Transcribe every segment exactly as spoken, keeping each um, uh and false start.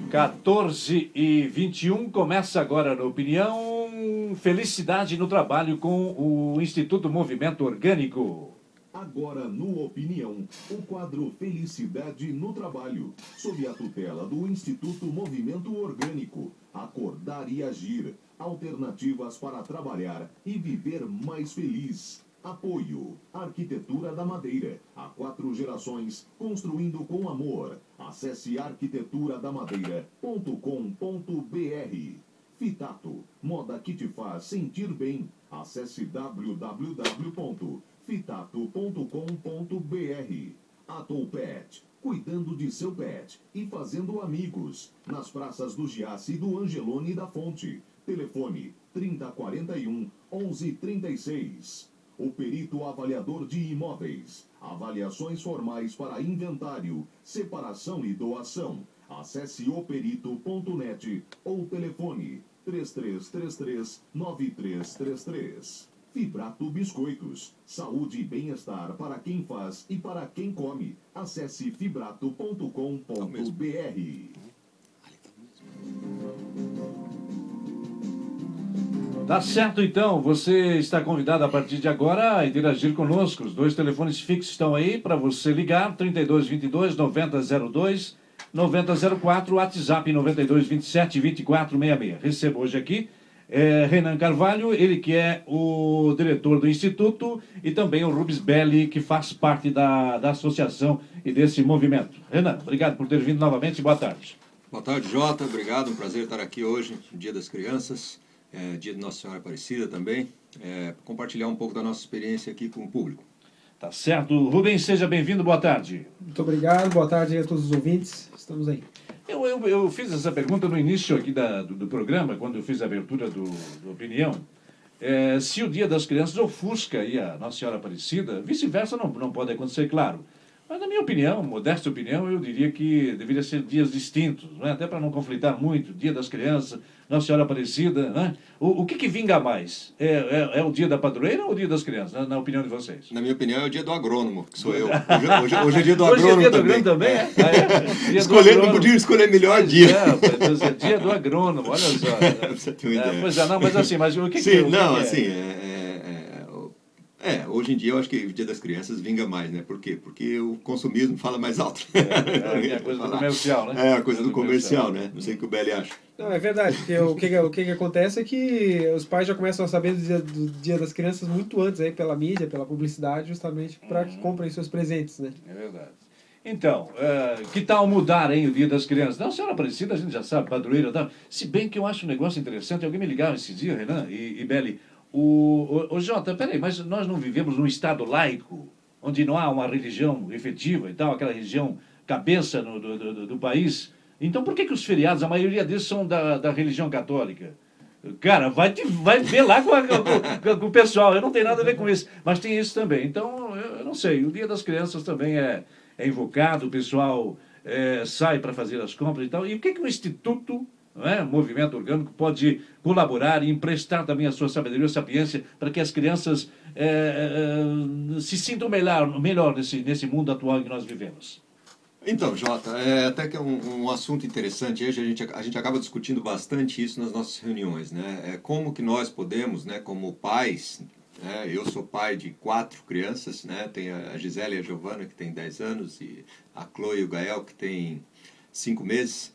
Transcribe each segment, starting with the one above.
quatorze e vinte e um, começa agora na Opinião, Felicidade no Trabalho com o Instituto Movimento Orgânico. Agora no Opinião, o quadro Felicidade no Trabalho, sob a tutela do Instituto Movimento Orgânico. Acordar e agir, alternativas para trabalhar e viver mais feliz. Apoio, Arquitetura da Madeira, há quatro gerações, construindo com amor. Acesse arquitetura da madeira ponto com ponto br. Fitato, moda que te faz sentir bem. Acesse w w w ponto fitato ponto com ponto br. Atom Pet, cuidando de seu pet e fazendo amigos. Nas praças do Giasse e do Angelone da Fonte. Telefone trinta quarenta e um, onze trinta e seis. O perito avaliador de imóveis. Avaliações formais para inventário, separação e doação. Acesse o perito ponto net ou telefone três três três três, nove três três três. Fibrato Biscoitos. Saúde e bem-estar para quem faz e para quem come. Acesse fibrato ponto com ponto br. Tá certo, então. Você está convidado a partir de agora a interagir conosco. Os dois telefones fixos estão aí para você ligar. trinta e dois, vinte e dois, noventa zero dois, noventa zero quatro, WhatsApp noventa e dois, vinte e sete, vinte e quatro, sessenta e seis. Recebo hoje aqui é, Renan Carvalho, ele que é o diretor do Instituto, e também o Rubens Belli, que faz parte da, da associação e desse movimento. Renan, obrigado por ter vindo novamente. Boa tarde. Boa tarde, Jota. Obrigado. Um prazer estar aqui hoje, no Dia das Crianças. É, dia de Nossa Senhora Aparecida também, é, compartilhar um pouco da nossa experiência aqui com o público. Tá certo. Rubens, seja bem-vindo, boa tarde. Muito obrigado, boa tarde a todos os ouvintes, estamos aí. Eu, eu, eu fiz essa pergunta no início aqui da, do, do programa, quando eu fiz a abertura do, do Opinião, é, se o Dia das Crianças ofusca aí a Nossa Senhora Aparecida, vice-versa não, não pode acontecer, claro. Mas, na minha opinião, modesta opinião, eu diria que deveria ser dias distintos, né? Até para não conflitar muito, Dia das Crianças, Nossa Senhora Aparecida, né? O, o que, que vinga mais? É, é, é o Dia da Padroeira ou o Dia das Crianças, na, na opinião de vocês? Na minha opinião, é o Dia do Agrônomo, que sou eu. Hoje, hoje, hoje é Dia do Agrônomo hoje é dia do também. Agrônomo também, é? Ah, é? Dia Escolher, do agrônomo. Não podia escolher melhor Pois dia. É, pois é, Dia do Agrônomo, olha só. Você tem uma É, ideia. pois é, não, mas assim, mas o que, Sim, que, o que não, que é? assim, é, é, é, é, hoje em dia eu acho que o Dia das Crianças vinga mais, né? Por quê? Porque o consumismo fala mais alto. É, é a coisa do comercial, né? É, a coisa do comercial, né? Não sei o que o Belli acha. Não, é verdade, porque o que, o que, que acontece é que os pais já começam a saber do dia, do dia das Crianças muito antes, aí, pela mídia, pela publicidade, justamente para que comprem seus presentes, né? É verdade. Então, uh, que tal mudar, hein, o Dia das Crianças? Não, Senhora Aparecida, a gente já sabe, padroeira, tá? Se bem que eu acho um negócio interessante, alguém me ligava esse dia, Renan e, e Belli, o, o, o Jota, peraí, mas nós não vivemos num estado laico, onde não há uma religião efetiva e tal, aquela religião cabeça no, do, do, do país? Então por que que os feriados, a maioria deles são da, da religião católica? Cara, vai, te, vai ver lá com, a, com, com o pessoal, eu não tenho nada a ver com isso, mas tem isso também. Então, eu, eu não sei, o Dia das Crianças também é, é invocado, o pessoal é, sai para fazer as compras e tal. E o que que o Instituto, não é, o Movimento Orgânico, pode colaborar e emprestar também a sua sabedoria e sapiência para que as crianças é, é, se sintam melhor, melhor nesse, nesse mundo atual em que nós vivemos? Então, Jota, é até que é um, um assunto interessante. Hoje a gente, a gente acaba discutindo bastante isso nas nossas reuniões, né? É como que nós podemos, né, como pais, né, eu sou pai de quatro crianças, né? Tem a Gisele e a Giovana, que tem dez anos, e a Chloe e o Gael, que tem cinco meses.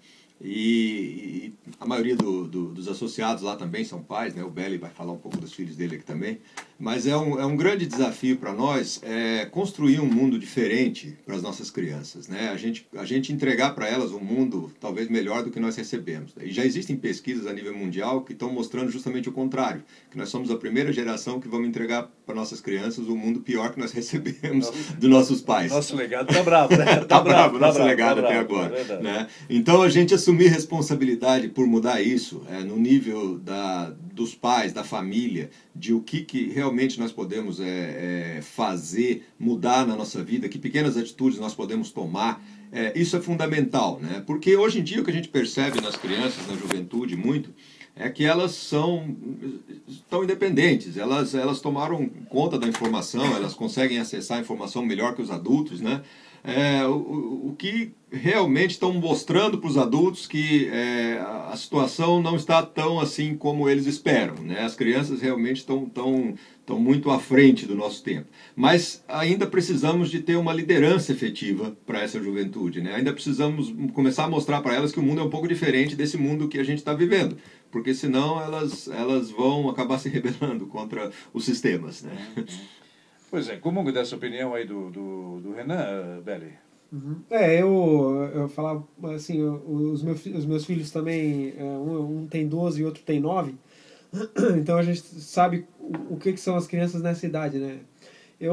E, e a maioria do, do, dos associados lá também são pais, né? O Belli vai falar um pouco dos filhos dele aqui também. Mas é um, é um grande desafio para nós é, construir um mundo diferente para as nossas crianças, né? A gente, a gente entregar para elas um mundo talvez melhor do que nós recebemos. E já existem pesquisas a nível mundial que estão mostrando justamente o contrário, que nós somos a primeira geração que vamos entregar para nossas crianças um mundo pior que nós recebemos dos nossos pais. Nosso legado tá bravo, né? Tá, tá bravo, tá nosso bravo, legado tá até bravo, agora. É né? Então a gente assumir responsabilidade por mudar isso é, no nível da, dos pais, da família, de o que, que realmente nós podemos é, é, fazer, mudar na nossa vida, que pequenas atitudes nós podemos tomar. É, isso é fundamental, né? Porque hoje em dia o que a gente percebe nas crianças, na juventude muito, é que elas são tão independentes, elas, elas tomaram conta da informação, elas conseguem acessar a informação melhor que os adultos, né? é, o, o que realmente estão mostrando para os adultos que é, a situação não está tão assim como eles esperam, né? As crianças realmente estão tão, tão muito à frente do nosso tempo. Mas ainda precisamos de ter uma liderança efetiva para essa juventude, né? Ainda precisamos começar a mostrar para elas que o mundo é um pouco diferente desse mundo que a gente está vivendo, porque senão elas, elas vão acabar se rebelando contra os sistemas, né? Pois é, comungo dessa opinião aí do, do, do Renan, Belli. Uhum. É, eu, eu falava assim, os meus, os meus filhos também, um, um tem doze e outro tem nove, então a gente sabe o, o que, que são as crianças nessa idade, né? Eu,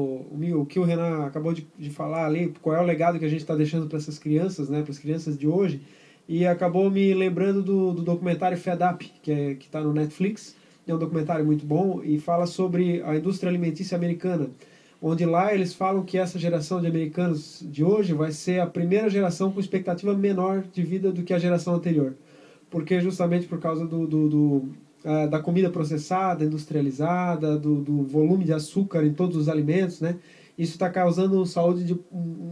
o que o Renan acabou de, de falar ali, qual é o legado que a gente está deixando para essas crianças, né, para as crianças de hoje, e acabou me lembrando do, do documentário Fed Up, que é, que está no Netflix. É um documentário muito bom e fala sobre a indústria alimentícia americana, onde lá eles falam que essa geração de americanos de hoje vai ser a primeira geração com expectativa menor de vida do que a geração anterior, porque justamente por causa do, do, do uh, da comida processada, industrializada, do, do volume de açúcar em todos os alimentos, né? Isso está causando saúde de, um,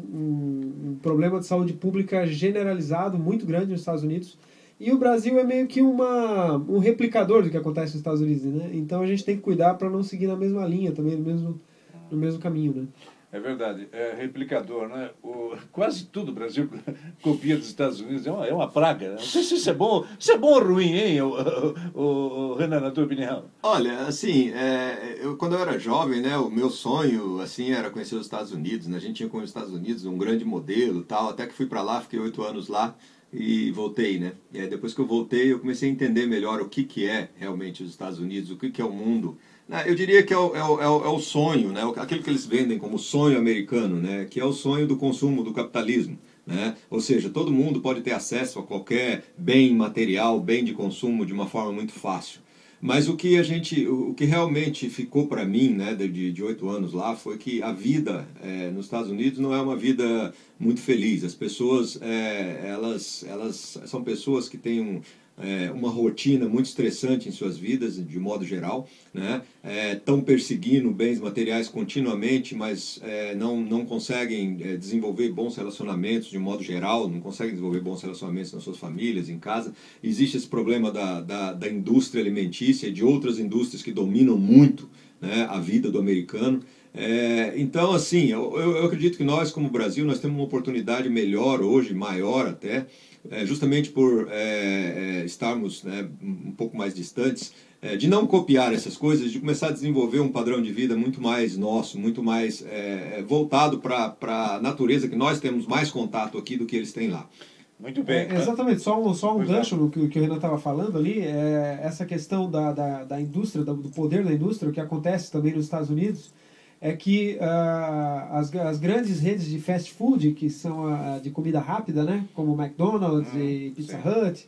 um, um problema de saúde pública generalizado, muito grande nos Estados Unidos. E o Brasil é meio que uma, um replicador do que acontece nos Estados Unidos, né? Então a gente tem que cuidar para não seguir na mesma linha, também no mesmo, no mesmo caminho, né? É verdade, é replicador, né? O, quase tudo o Brasil copia dos Estados Unidos, é uma, é uma praga. Não sei se isso é bom, se é bom ou ruim, hein, o, o, o Renan, na tua opinião? Olha, assim, é, eu, quando eu era jovem, né, o meu sonho, assim, era conhecer os Estados Unidos, né? A gente tinha com os Estados Unidos um grande modelo, tal, até que fui para lá, fiquei oito anos lá e voltei, né? E aí depois que eu voltei, eu comecei a entender melhor o que que é realmente os Estados Unidos, o que que é o mundo. Eu diria que é o, é, o, é, o, é o sonho, né? Aquilo que eles vendem como sonho americano, né? Que é o sonho do consumo, do capitalismo. Né? Ou seja, todo mundo pode ter acesso a qualquer bem material, bem de consumo de uma forma muito fácil. Mas o que a gente, o que realmente ficou para mim, né, de oito anos lá, foi que a vida é, nos Estados Unidos não é uma vida muito feliz. As pessoas, é, elas, elas são pessoas que têm um É, uma rotina muito estressante em suas vidas, de modo geral, né? Estão é, perseguindo bens materiais continuamente, mas é, não, não conseguem é, desenvolver bons relacionamentos de modo geral, não conseguem desenvolver bons relacionamentos nas suas famílias, em casa. Existe esse problema da, da, da indústria alimentícia e de outras indústrias que dominam muito, né, a vida do americano. É, então, assim, eu, eu acredito que nós, como Brasil, nós temos uma oportunidade melhor hoje, maior até, é, justamente por é, é, estarmos, né, um pouco mais distantes, é, de não copiar essas coisas, de começar a desenvolver um padrão de vida muito mais nosso, muito mais é, voltado para a natureza, que nós temos mais contato aqui do que eles têm lá. Muito bem. É, exatamente, só um, só um Pois gancho é. no que, que o Renan estava falando ali, é essa questão da, da, da indústria, do poder da indústria, o que acontece também nos Estados Unidos, é que uh, as, as grandes redes de fast food, que são uh, de comida rápida, né, como McDonald's Hum, e Pizza sim. Hut,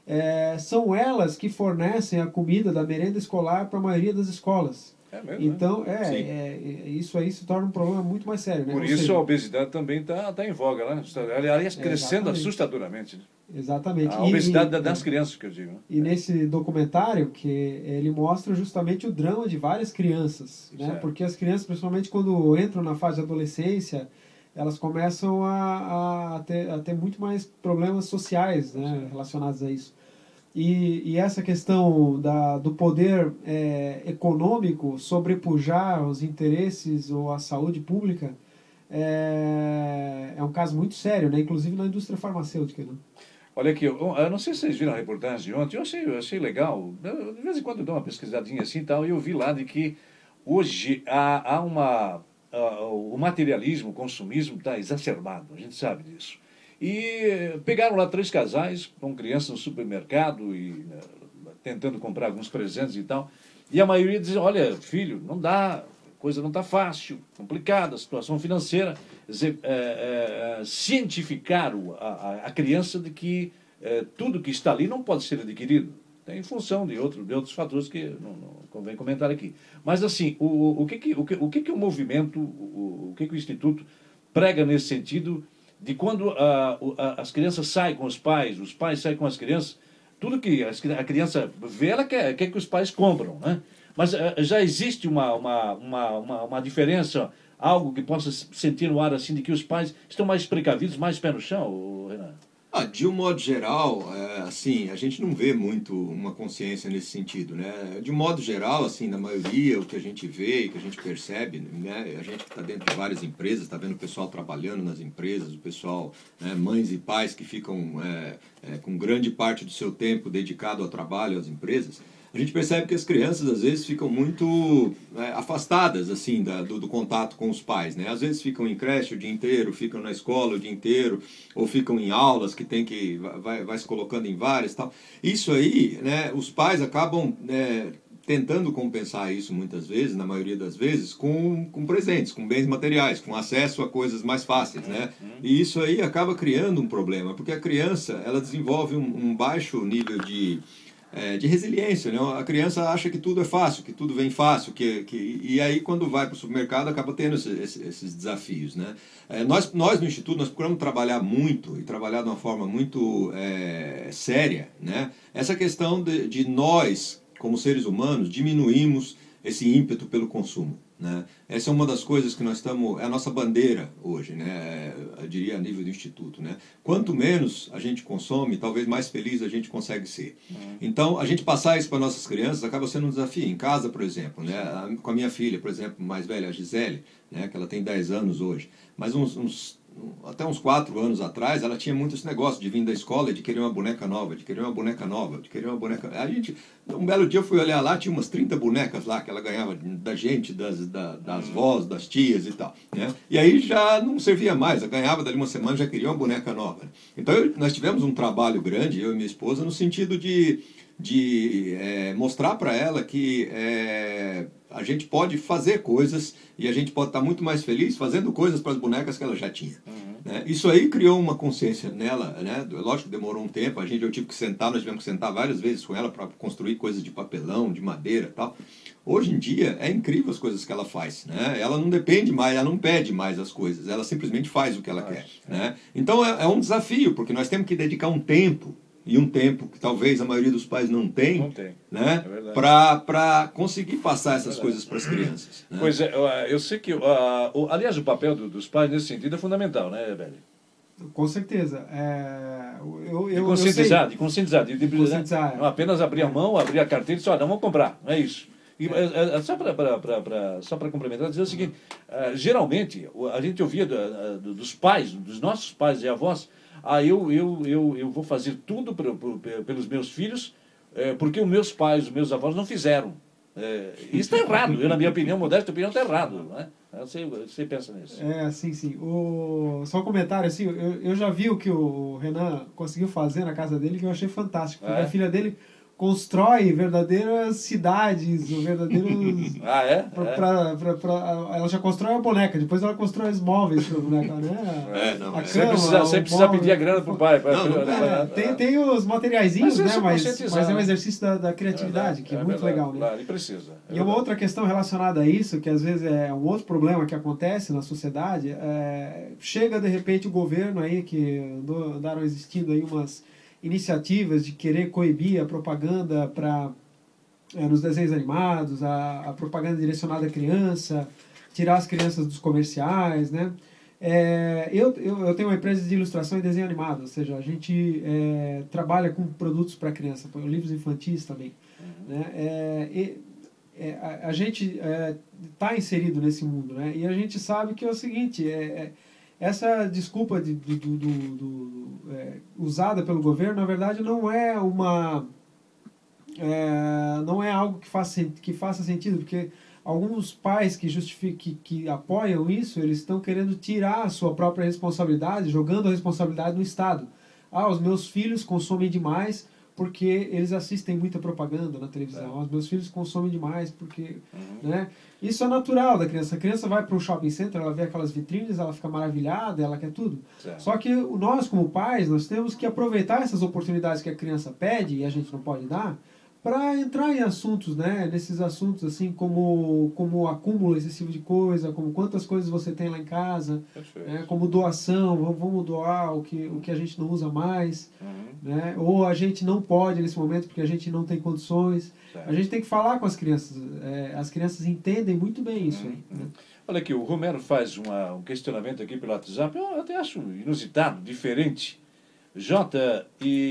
é, são elas que fornecem a comida da merenda escolar para a maioria das escolas. É mesmo, Então, é, Sim. é, é, isso aí se torna um problema muito mais sério. Né? Por Ou isso seja, a obesidade também está tá em voga lá. Aliás, É, crescendo exatamente. assustadoramente. Né? Exatamente. A E- obesidade e- das é. crianças, que eu digo. Né? E nesse documentário, que ele mostra justamente o drama de várias crianças, né? Certo. Porque as crianças, principalmente quando entram na fase de adolescência, elas começam a, a, ter, a ter muito mais problemas sociais, né? Relacionados a isso. E, e essa questão da, do poder é, econômico sobrepujar os interesses ou a saúde pública é, é um caso muito sério, né? Inclusive na indústria farmacêutica. Né? Olha aqui, eu, eu não sei se vocês viram a reportagem de ontem, eu achei, eu achei legal. Eu, de vez em quando eu dou uma pesquisadinha assim e tal, e eu vi lá de que hoje há, há uma. ah, o materialismo, o consumismo está exacerbado, a gente sabe disso. E pegaram lá três casais com crianças no supermercado e eh, tentando comprar alguns presentes e tal. E a maioria diz: olha, filho, não dá, a coisa não está fácil, complicada, a situação financeira. Quer dizer, é, é, cientificar o- a, a- a criança de que é, tudo que está ali não pode ser adquirido. Tem em função de, outro, de outros fatores que não, não convém comentar aqui. Mas, assim, o, o, o, que, que, o, que, o que, que o movimento, o, o que, que o Instituto prega nesse sentido de quando a, o- a, as crianças saem com os pais, os pais saem com as crianças, tudo que as cri- a criança vê, ela quer, quer que os pais compram, né? Mas eh, já existe uma, uma, uma, uma, uma diferença algo que possa sentir no ar assim de que os pais estão mais precavidos, mais pé no chão, Renan? Ah, de um modo geral, é, assim, a gente não vê muito uma consciência nesse sentido, né? De um modo geral, assim, na maioria, o que a gente vê e que a gente percebe, né? A gente que está dentro de várias empresas, está vendo o pessoal trabalhando nas empresas, o pessoal, né, mães e pais que ficam é, é, com grande parte do seu tempo dedicado ao trabalho, às empresas. A gente percebe que as crianças às vezes ficam muito é, afastadas assim da, do, do contato com os pais, né? Às vezes ficam em creche o dia inteiro, ficam na escola o dia inteiro, ou ficam em aulas que tem que vai, vai se colocando em várias, tal. Isso aí, né? Os pais acabam é, tentando compensar isso muitas vezes, na maioria das vezes, com, com presentes, com bens materiais, com acesso a coisas mais fáceis, né? E isso aí acaba criando um problema, porque a criança ela desenvolve um, um baixo nível de É, de resiliência, né? A criança acha que tudo é fácil, que tudo vem fácil, que, que, e aí quando vai para o supermercado acaba tendo esse, esse, esses desafios, né? É, nós, nós no Instituto nós procuramos trabalhar muito e trabalhar de uma forma muito é, séria, né? Essa questão de, de nós, como seres humanos, diminuímos esse ímpeto pelo consumo, né? Essa é uma das coisas que nós estamos, é a nossa bandeira hoje, né? Eu diria a nível do Instituto, né? Quanto menos a gente consome, talvez mais feliz a gente consegue ser. Então, a gente passar isso para nossas crianças acaba sendo um desafio. Em casa, por exemplo, né? Com a minha filha, por exemplo, mais velha, a Gisele, né? Que ela tem dez anos hoje, mas uns, uns até uns quatro anos atrás, ela tinha muito esse negócio de vir da escola e de querer uma boneca nova, de querer uma boneca nova, de querer uma boneca... A gente, um belo dia eu fui olhar lá, tinha umas trinta bonecas lá que ela ganhava da gente, das, da, das vós, das tias e tal, né? E aí já não servia mais, ela ganhava dali uma semana já queria uma boneca nova. Então eu, nós tivemos um trabalho grande, eu e minha esposa, no sentido de, de é, mostrar para ela que é, a gente pode fazer coisas e a gente pode estar muito mais feliz fazendo coisas para as bonecas que ela já tinha. Uhum. Né? Isso aí criou uma consciência nela, né? Lógico que demorou um tempo, a gente, eu tive que sentar, nós tivemos que sentar várias vezes com ela para construir coisas de papelão, de madeira e tal. Hoje em dia é incrível as coisas que ela faz, né? Ela não depende mais, ela não pede mais as coisas, ela simplesmente faz o que ela quer. Né? Então é, é um desafio, porque nós temos que dedicar um tempo, e um tempo que talvez a maioria dos pais não tem, não tem. Né? É para conseguir passar essas é coisas para as crianças. Né? Pois é, eu sei que, uh, o, aliás, o papel do, dos pais nesse sentido é fundamental, né, Beli? Com certeza. É, eu, eu, de conscientizar, eu de conscientizar, de, de, de conscientizar. Não apenas abrir a mão, abrir a carteira e dizer, olha, não vamos comprar, não é isso. E, é. É, só para só para complementar, dizer o seguinte, uh, geralmente, a gente ouvia do, do, dos pais, dos nossos pais e avós, ah, eu, eu, eu, eu vou fazer tudo pro, pro, pelos meus filhos, é, porque os meus pais, os meus avós não fizeram. É, isso está errado, eu, na minha opinião, modesta opinião, está errado. Né? Você, você pensa nisso. É, sim, sim. O... Só um comentário, assim, eu, eu já vi o que o Renan conseguiu fazer na casa dele, que eu achei fantástico. Porque é? a filha dele constrói verdadeiras cidades, verdadeiros... Ah, é? Pra, é. Pra, pra, pra, ela já constrói a boneca, depois ela constrói os móveis para a boneca, né? É, não, a é. cama, você precisa, você precisa pedir a grana pro pai. Pra, não, não, pra, é, tem, tem os materiaizinhos, mas né? Mas, mas é um exercício da, da criatividade, é que é, é muito verdade, legal, né? Claro, e precisa. É e uma outra questão relacionada a isso, que às vezes é um outro problema que acontece na sociedade, é, chega de repente o governo aí, que andou, andaram existindo aí umas iniciativas de querer coibir a propaganda para é, nos desenhos animados, a, a propaganda direcionada à criança, tirar as crianças dos comerciais, né? É, eu, eu, eu tenho uma empresa de ilustração e desenho animado, ou seja, a gente é, trabalha com produtos para criança, livros infantis também. Uhum. Né? É, e, é, a, a gente está é, inserido nesse mundo, né? E a gente sabe que é o seguinte, é, é essa desculpa de, de, do, do, do, é, usada pelo governo, na verdade, não é uma é, não é algo que faça, que faça sentido, porque alguns pais que, que, que apoiam isso, eles estão querendo tirar a sua própria responsabilidade, jogando a responsabilidade no Estado. Ah, os meus filhos consomem demais porque eles assistem muita propaganda na televisão. É. Os meus filhos consomem demais porque... Uhum. Né? Isso é natural da criança. A criança vai para um shopping center, ela vê aquelas vitrines, ela fica maravilhada, ela quer tudo. Certo. Só que nós, como pais, nós temos que aproveitar essas oportunidades que a criança pede e a gente não pode dar, para entrar em assuntos, né, nesses assuntos assim como como acúmulo excessivo de coisa, como quantas coisas você tem lá em casa, né, como doação, vamos, vamos doar o que o que a gente não usa mais, uhum. né, ou a gente não pode nesse momento porque a gente não tem condições. Certo. A gente tem que falar com as crianças, é, as crianças entendem muito bem isso uhum. aí. Né? Olha aqui, o Romero faz uma, um questionamento aqui pelo WhatsApp, eu até acho inusitado, diferente. Jota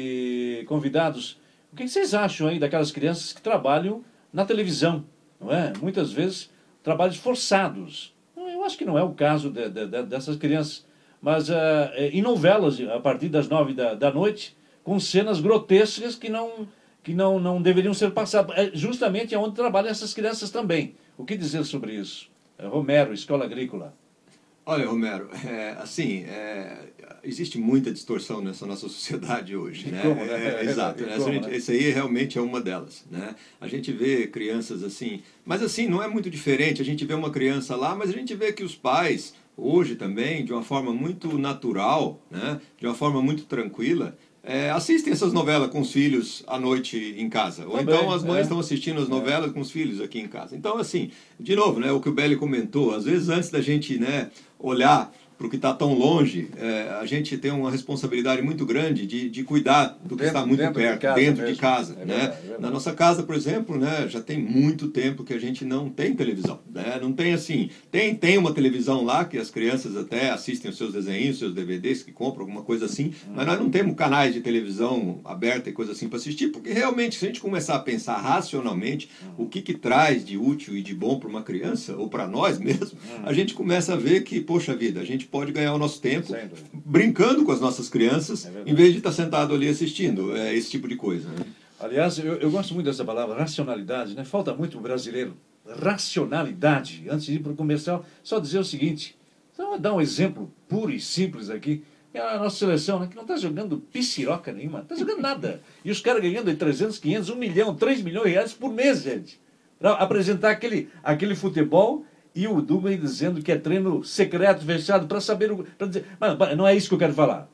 e convidados, o que vocês acham aí daquelas crianças que trabalham na televisão, não é? Muitas vezes trabalhos forçados. Eu acho que não é o caso de, de, de, dessas crianças, mas uh, em novelas, a partir das nove da, da noite, com cenas grotescas que não, que não, não deveriam ser passadas. É justamente onde trabalham essas crianças também. O que dizer sobre isso? Romero, Escola Agrícola. Olha, Romero, é, assim, é, existe muita distorção nessa nossa sociedade hoje, né? Como, né? É, exato, né? Como, gente, né? Esse aí realmente é uma delas, né? A gente vê crianças assim, mas assim, não é muito diferente, a gente vê uma criança lá, mas a gente vê que os pais, hoje também, de uma forma muito natural, né? De uma forma muito tranquila, É, assistem essas novelas com os filhos à noite em casa. Ou Também, então as mães é. estão assistindo as novelas é. com os filhos aqui em casa. Então, assim, de novo, né, o que o Belli comentou, às vezes antes da gente, né, olhar para o que está tão longe, é, a gente tem uma responsabilidade muito grande de, de cuidar do que dentro, está muito dentro perto, de casa dentro mesmo. de casa. É né? verdade, é verdade. Na nossa casa, por exemplo, né, já tem muito tempo que a gente não tem televisão. Né? Não tem assim, tem, tem uma televisão lá que as crianças até assistem os seus desenhos, os seus D V Ds, que compram alguma coisa assim, hum. mas nós não temos canais de televisão aberta e coisa assim para assistir, porque realmente, se a gente começar a pensar racionalmente hum. o que, que traz de útil e de bom para uma criança, ou para nós mesmo, hum. a gente começa a ver que, poxa vida, a gente pode ganhar o nosso tempo brincando com as nossas crianças, é em vez de estar sentado ali assistindo é, esse tipo de coisa. Né? Aliás, eu, eu gosto muito dessa palavra, racionalidade, né? Falta muito o brasileiro. Racionalidade. Antes de ir para o comercial, só dizer o seguinte, só dar um exemplo puro e simples aqui, é a nossa seleção, né, que não está jogando pisciroca nenhuma, não está jogando nada. E os caras ganhando de trezentos, quinhentos, um milhão, três milhões de reais por mês, gente. Para apresentar aquele, aquele futebol. E o Dugman dizendo que é treino secreto, fechado, para saber o... Pra dizer, mas não é isso que eu quero falar.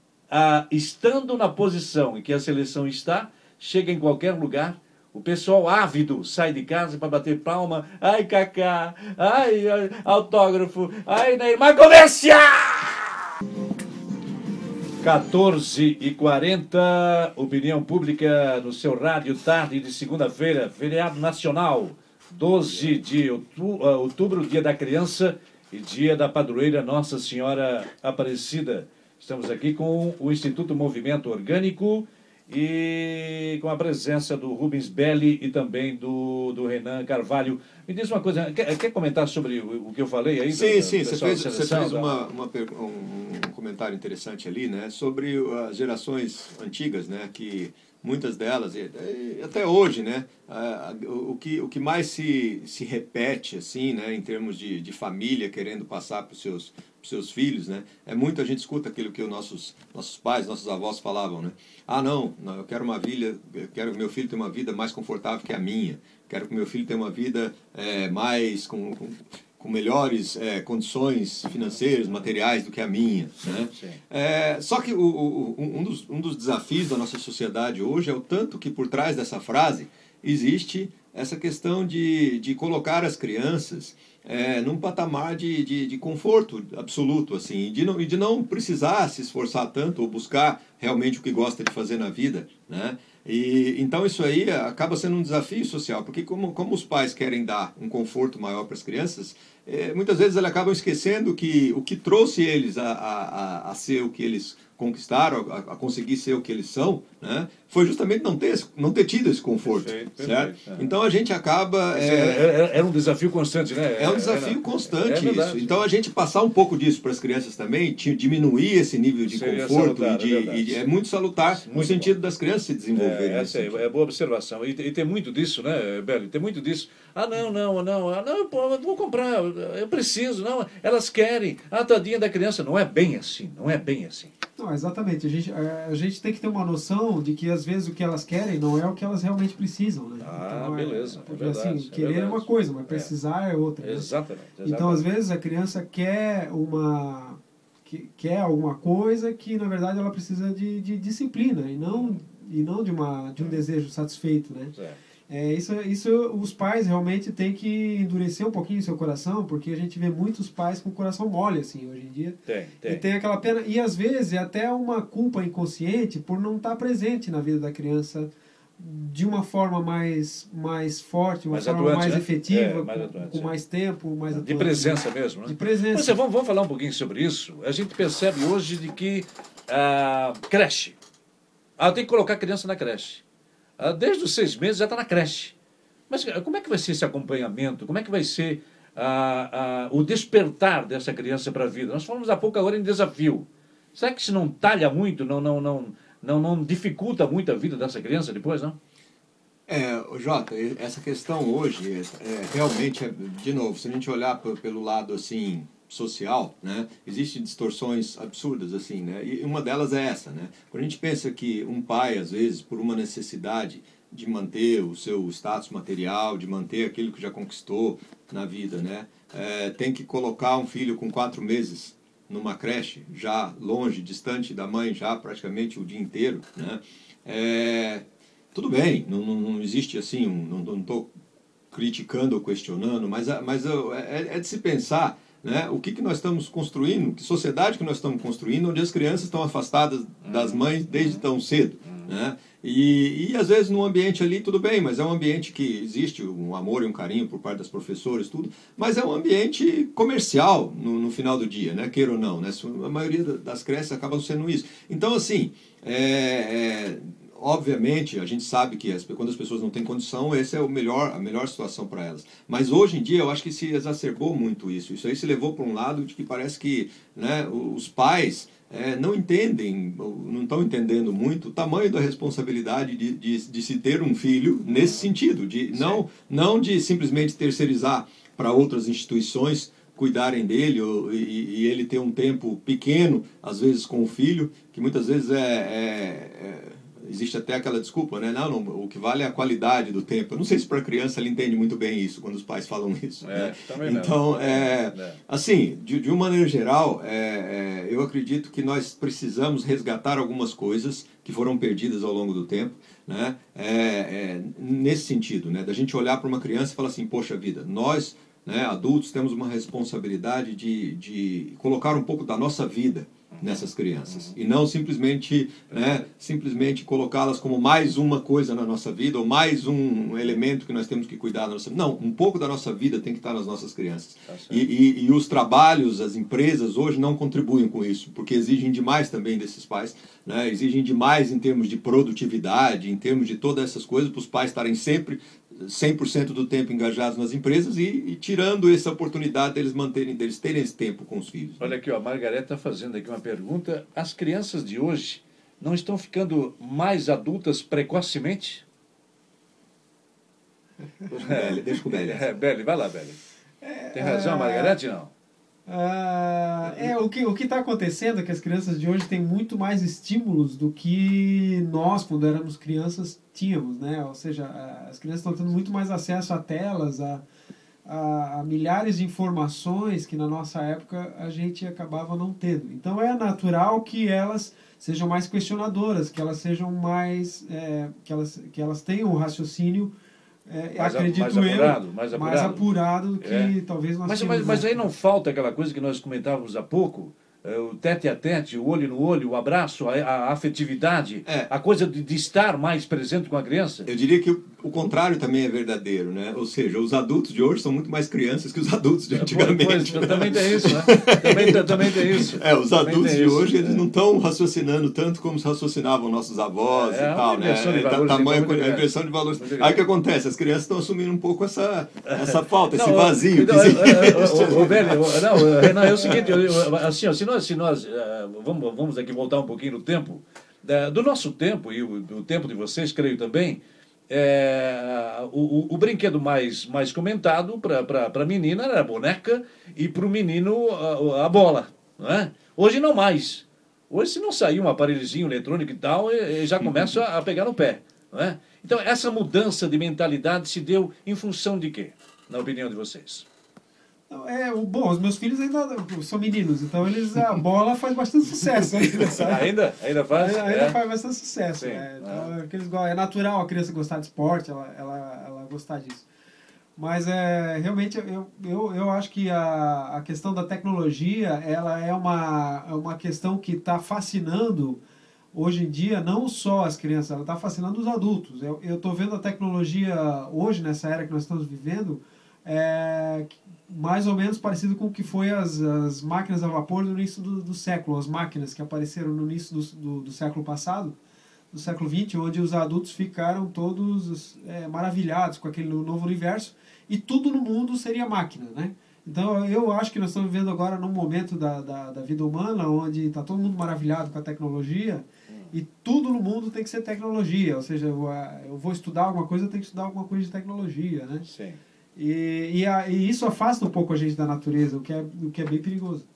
Ah, estando na posição em que a seleção está, chega em qualquer lugar, o pessoal ávido sai de casa para bater palma. Ai, Kaká, ai, autógrafo, ai, Neymar, comercial! quatorze e quarenta, opinião pública no seu rádio, tarde de segunda-feira, feriado nacional. doze de outubro, dia da criança e dia da padroeira Nossa Senhora Aparecida. Estamos aqui com o Instituto Movimento Orgânico e com a presença do Rubens Belli e também do, do Renan Carvalho. Me diz uma coisa, quer, quer comentar sobre o, o que eu falei aí? Sim, da, sim, da você fez, seleção, você fez da... uma, uma, um comentário interessante ali, né, sobre as gerações antigas, né, que... muitas delas, e até hoje, né, o que, o que mais se, se repete, assim, né, em termos de, de família querendo passar para os seus, pros seus filhos, né, é muito, a gente escuta aquilo que os nossos, nossos pais, nossos avós falavam, né, ah, não, não, eu quero uma vida, eu quero que meu filho tenha uma vida mais confortável que a minha, quero que meu filho tenha uma vida é, mais... com, com com melhores é, condições financeiras, materiais do que a minha. Né? É, só que o, o, um, dos, um dos desafios da nossa sociedade hoje é o tanto que por trás dessa frase existe essa questão de, de colocar as crianças é, num patamar de, de, de conforto absoluto, assim, e de, não, e de não precisar se esforçar tanto ou buscar realmente o que gosta de fazer na vida, né? E, então isso aí acaba sendo um desafio social, porque como, como os pais querem dar um conforto maior para as crianças, é, muitas vezes eles acabam esquecendo que o que trouxe eles a, a, a ser o que eles conquistaram, a, a conseguir ser o que eles são, né, foi justamente não ter, não ter tido esse conforto. Perfeito, certo? Perfeito, é. Então a gente acaba... É, é, é um desafio constante, né? É um desafio é, constante é isso. Então a gente passar um pouco disso para as crianças também, diminuir esse nível de Seria conforto salutar, e, de, é e é muito salutar muito no sentido bom. Das crianças se desenvolverem. É, essa é, é boa observação. E, e tem muito disso, né, Beli? Tem muito disso. Ah, não, não, não, ah, não, pô, eu vou comprar, eu preciso, não, elas querem. Ah, tadinha da criança. Não é bem assim, não é bem assim. Não, exatamente. A gente, a, a gente tem que ter uma noção de que às vezes o que elas querem não é o que elas realmente precisam, né? Ah, então, beleza. É, porque é verdade, assim, querer é, é uma coisa, mas precisar é, é outra. Né? Exatamente, exatamente. Então, às vezes, a criança quer uma, que quer alguma coisa que, na verdade, ela precisa de, de disciplina e não, e não de, uma, de um desejo satisfeito, né? É, isso, isso os pais realmente têm que endurecer um pouquinho o seu coração, porque a gente vê muitos pais com o coração mole, assim, hoje em dia. Tem, tem. E tem aquela pena, e às vezes é até uma culpa inconsciente por não estar presente na vida da criança de uma forma mais, mais forte, uma mais forma atuante, mais né? efetiva, É, mais com, atuante, com é. mais tempo, mais atuante. De presença mesmo, né? De presença. Pois é, vamos, vamos falar um pouquinho sobre isso. A gente percebe hoje de que a creche, ah, tem que colocar a criança na creche. Ah, desde os seis meses já está na creche. Mas como é que vai ser esse acompanhamento? Como é que vai ser ah, ah, o despertar dessa criança para a vida? Nós falamos há pouco agora em desafio. Será que isso não talha muito, não, não, não, não, não dificulta muito a vida dessa criança depois, não? É, Jota, essa questão hoje, é, realmente, é, de novo, se a gente olhar pelo lado, assim, social, né, existem distorções absurdas, assim, né, e uma delas é essa, né, quando a gente pensa que um pai, às vezes, por uma necessidade de manter o seu status material, de manter aquilo que já conquistou na vida, né, é, tem que colocar um filho com quatro meses numa creche, já longe, distante da mãe, já praticamente o dia inteiro, né, é... Tudo bem, não, não, não existe assim, um, não estou criticando ou questionando, mas, mas é, é de se pensar, né, o que, que nós estamos construindo, que sociedade que nós estamos construindo, onde as crianças estão afastadas das mães desde tão cedo. Né? E, e às vezes num ambiente ali, tudo bem, mas é um ambiente que existe um amor e um carinho por parte das professoras, tudo, mas é um ambiente comercial no, no final do dia, né, queira ou não. Né? A maioria das creches acabam sendo isso. Então, assim, é... é obviamente, a gente sabe que as, quando as pessoas não têm condição, essa é o melhor, a melhor situação para elas. Mas hoje em dia eu acho que se exacerbou muito isso. Isso aí se levou para um lado de que parece que, né, os pais é, não entendem, não estão entendendo muito o tamanho da responsabilidade de, de, de se ter um filho nesse sentido. De, não, não de simplesmente terceirizar para outras instituições cuidarem dele ou, e, e ele ter um tempo pequeno, às vezes com o filho, que muitas vezes é... é, é existe até aquela desculpa, né? Não, não, o que vale é a qualidade do tempo. Eu não sei se para a criança ela entende muito bem isso, quando os pais falam isso. É, né? também então, não. é, é. assim, de, de uma maneira geral, é, é, eu acredito que nós precisamos resgatar algumas coisas que foram perdidas ao longo do tempo, né? É, é, nesse sentido, né? Da gente olhar para uma criança e falar assim, poxa vida, nós, né, adultos, temos uma responsabilidade de, de colocar um pouco da nossa vida nessas crianças, e não simplesmente, né, simplesmente colocá-las como mais uma coisa na nossa vida, ou mais um elemento que nós temos que cuidar da nossa vida. Não, um pouco da nossa vida tem que estar nas nossas crianças. E, e, e os trabalhos, as empresas hoje não contribuem com isso, porque exigem demais também desses pais, né, exigem demais em termos de produtividade, em termos de todas essas coisas, para os pais estarem sempre cem por cento do tempo engajados nas empresas e, e tirando essa oportunidade deles manterem, deles terem esse tempo com os filhos. Olha aqui, ó, a Margareta está fazendo aqui uma pergunta. As crianças de hoje não estão ficando mais adultas precocemente? Beli, deixa com o Beli. É, Beli, vai lá, Beli. Tem razão, Margarete, não? Ah, é, o que o está acontecendo é que as crianças de hoje têm muito mais estímulos do que nós, quando éramos crianças, tínhamos, né? Ou seja, as crianças estão tendo muito mais acesso a telas, a, a, a milhares de informações que na nossa época a gente acabava não tendo. Então é natural que elas sejam mais questionadoras, que elas sejam mais, é, que, elas, que elas tenham um raciocínio, É, mais, acredito mais apurado, eu, mais apurado, mais apurado do que é. talvez nós mas, tínhamos. Mas, mas aí não falta aquela coisa que nós comentávamos há pouco, é, o tete a tete, o olho no olho, o abraço, a, a afetividade, é. a coisa de, de estar mais presente com a criança? Eu diria que o, o contrário também é verdadeiro, né? Ou seja, os adultos de hoje são muito mais crianças que os adultos de antigamente. Pois, pois, também tem isso, né? Também, também tem isso. É, os também adultos de isso, hoje, é. eles não estão raciocinando tanto como se raciocinavam nossos avós é, e tal, né? De valores, tamanho, então, a inversão de valores. Muito Aí o que acontece? As crianças estão assumindo um pouco essa, essa falta, não, esse vazio. Não, o, o, o, velho, não, Renan, é o seguinte, eu, assim, ó, se nós, se nós vamos, vamos aqui voltar um pouquinho no tempo, do nosso tempo e o, do tempo de vocês, creio também, é, o, o, o brinquedo mais, mais comentado para a menina era a boneca e para o menino a, a bola, não é? Hoje não mais. Hoje, se não sair um aparelhozinho eletrônico e tal, já começa a pegar no pé, não é? Então, essa mudança de mentalidade se deu em função de quê, na opinião de vocês? É, o- bom, os meus filhos ainda são meninos, então eles, a bola faz bastante sucesso ainda, sabe? Ainda? Ainda faz? Ainda, ainda É. faz bastante sucesso. Sim, É, então, ah. é, que eles gostam- é natural a criança gostar de esporte, ela, ela, ela gostar disso. Mas é, realmente eu, eu, eu acho que a, a questão da tecnologia ela é uma, é uma questão que está fascinando hoje em dia não só as crianças, ela está fascinando os adultos. Eu estou vendo a tecnologia hoje, nessa era que nós estamos vivendo, é, mais ou menos parecido com o que foi as, as máquinas a vapor no início do, do século, as máquinas que apareceram no início do, do, do século passado, do século vinte, onde os adultos ficaram todos é, maravilhados com aquele novo universo e tudo no mundo seria máquina, né? Então eu acho que nós estamos vivendo agora num momento da, da, da vida humana onde está todo mundo maravilhado com a tecnologia e tudo no mundo tem que ser tecnologia, ou seja, eu, eu vou estudar alguma coisa, eu tenho que estudar alguma coisa de tecnologia, né? Sim. E, e, a, e isso afasta um pouco a gente da natureza, o que é, o que é bem perigoso.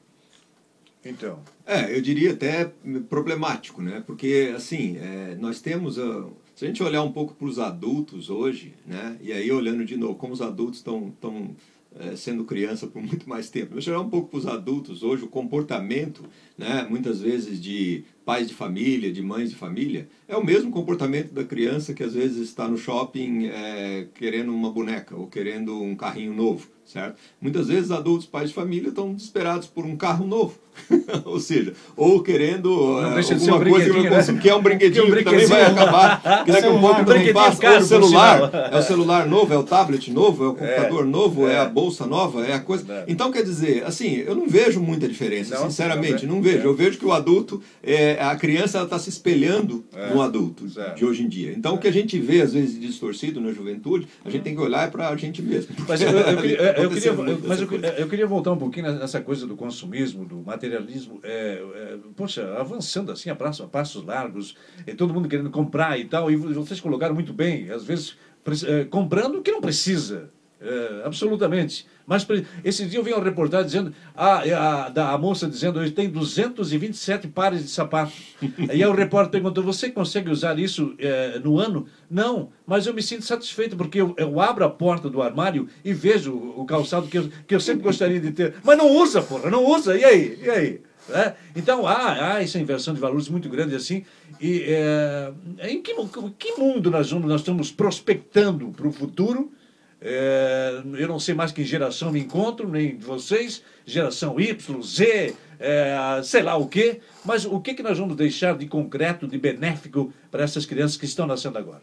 Então. É, eu diria até problemático, né? Porque, assim, é, nós temos... A, se a gente olhar um pouco para os adultos hoje, né? E aí olhando de novo como os adultos estão... estão é, sendo criança por muito mais tempo. Deixa eu olhar um pouco para os adultos hoje, o comportamento, né, muitas vezes de pais de família, de mães de família, é o mesmo comportamento da criança que às vezes está no shopping é, querendo uma boneca ou querendo um carrinho novo, certo? Muitas vezes adultos, pais de família estão desesperados por um carro novo, ou seja, ou querendo não é, deixa de ser alguma um coisa que, né? que é um brinquedinho que, é um que também vai acabar, que daqui a um pouco não passa. É o celular, é o celular novo, é o tablet novo, é o computador é, novo, é. é a É. bolsa nova, é a coisa. Não. Então, quer dizer, assim, eu não vejo muita diferença, Não, sinceramente, não, não vejo. é. Eu vejo que o adulto, é, a criança está se espelhando é. no adulto certo. de hoje em dia. Então, é. o que a gente vê, às vezes, distorcido na juventude, a gente tem que olhar para a gente mesmo. Mas eu, eu, queria, eu, queria, eu, mas eu, eu queria voltar um pouquinho nessa coisa do consumismo, do materialismo. É, é, poxa, avançando assim a passos, a passos largos, e todo mundo querendo comprar e tal, e vocês colocaram muito bem, às vezes é, comprando o que não precisa. É, absolutamente. Mas esse dia eu vi uma reportagem dizendo, ah, a, a, a moça dizendo, eu tenho duzentos e vinte e sete pares de sapato. Aí o repórter perguntou, você consegue usar isso é, no ano? Não, mas eu me sinto satisfeito porque eu, eu abro a porta do armário e vejo o calçado que eu, que eu sempre gostaria de ter. Mas não usa, porra, não usa. E aí? E aí? É? Então há, há essa inversão de valores muito grande assim. E é, em que, que mundo nós, vamos, nós estamos prospectando para o futuro? É, eu não sei mais que geração me encontro, nem vocês, geração Y, Z, é, sei lá o quê, mas o que, que nós vamos deixar de concreto, de benéfico para essas crianças que estão nascendo agora?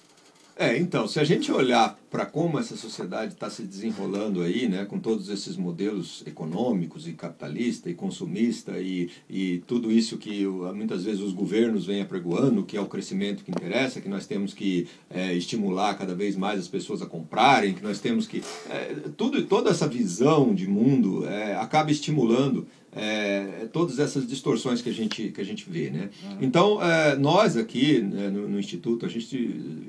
É, então, se a gente olhar para como essa sociedade está se desenrolando aí, né, com todos esses modelos econômicos e capitalista e consumista e, e tudo isso que muitas vezes os governos vêm apregoando, que é o crescimento que interessa, que nós temos que é, estimular cada vez mais as pessoas a comprarem, que nós temos que... É, tudo, toda essa visão de mundo é, acaba estimulando É, todas essas distorções que a gente, que a gente vê, né? Então, é, nós aqui né, no, no Instituto, a gente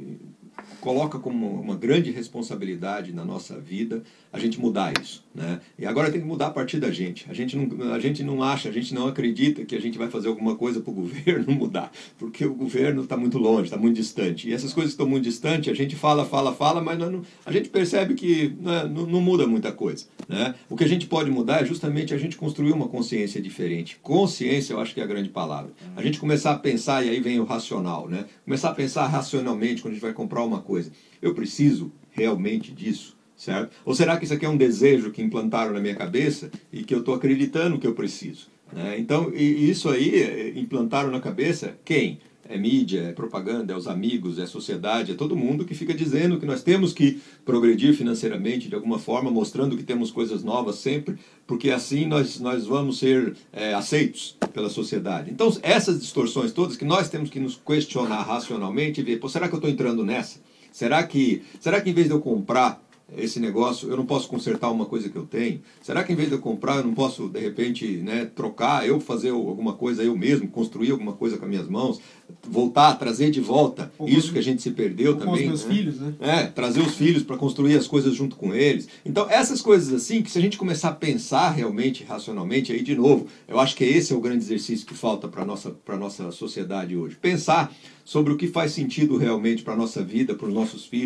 coloca como uma grande responsabilidade na nossa vida a gente mudar isso, né? E agora tem que mudar a partir da gente. A gente não, a gente não acha, a gente não acredita que a gente vai fazer alguma coisa para o governo mudar, porque o governo está muito longe, está muito distante. E essas coisas que estão muito distantes, a gente fala, fala, fala, mas não, a gente percebe que né, não, não muda muita coisa, né? O que a gente pode mudar é justamente a gente construir uma consciência diferente. Consciência, eu acho que é a grande palavra. A gente começar a pensar, e aí vem o racional, né? Começar a pensar racionalmente quando a gente vai comprar uma coisa. Eu preciso realmente disso? Certo? Ou será que isso aqui é um desejo que implantaram na minha cabeça e que eu estou acreditando que eu preciso? Né? Então, e isso aí, implantaram na cabeça quem? É mídia, é propaganda, é os amigos, é a sociedade, é todo mundo que fica dizendo que nós temos que progredir financeiramente de alguma forma, mostrando que temos coisas novas sempre, porque assim nós, nós vamos ser é, aceitos pela sociedade. Então, essas distorções todas que nós temos que nos questionar racionalmente e ver, pô, será que eu estou entrando nessa? Será que, será que em vez de eu comprar esse negócio, eu não posso consertar uma coisa que eu tenho? Será que em vez de eu comprar, eu não posso, de repente, né, trocar, eu fazer alguma coisa eu mesmo, construir alguma coisa com as minhas mãos, voltar, trazer de volta ou isso com, que a gente se perdeu com também? Com os meus né? filhos, né? É, trazer os filhos para construir as coisas junto com eles. Então, essas coisas assim, que se a gente começar a pensar realmente, racionalmente, aí de novo, eu acho que esse é o grande exercício que falta para a nossa, para a nossa sociedade hoje. Pensar sobre o que faz sentido realmente para a nossa vida, para os nossos filhos,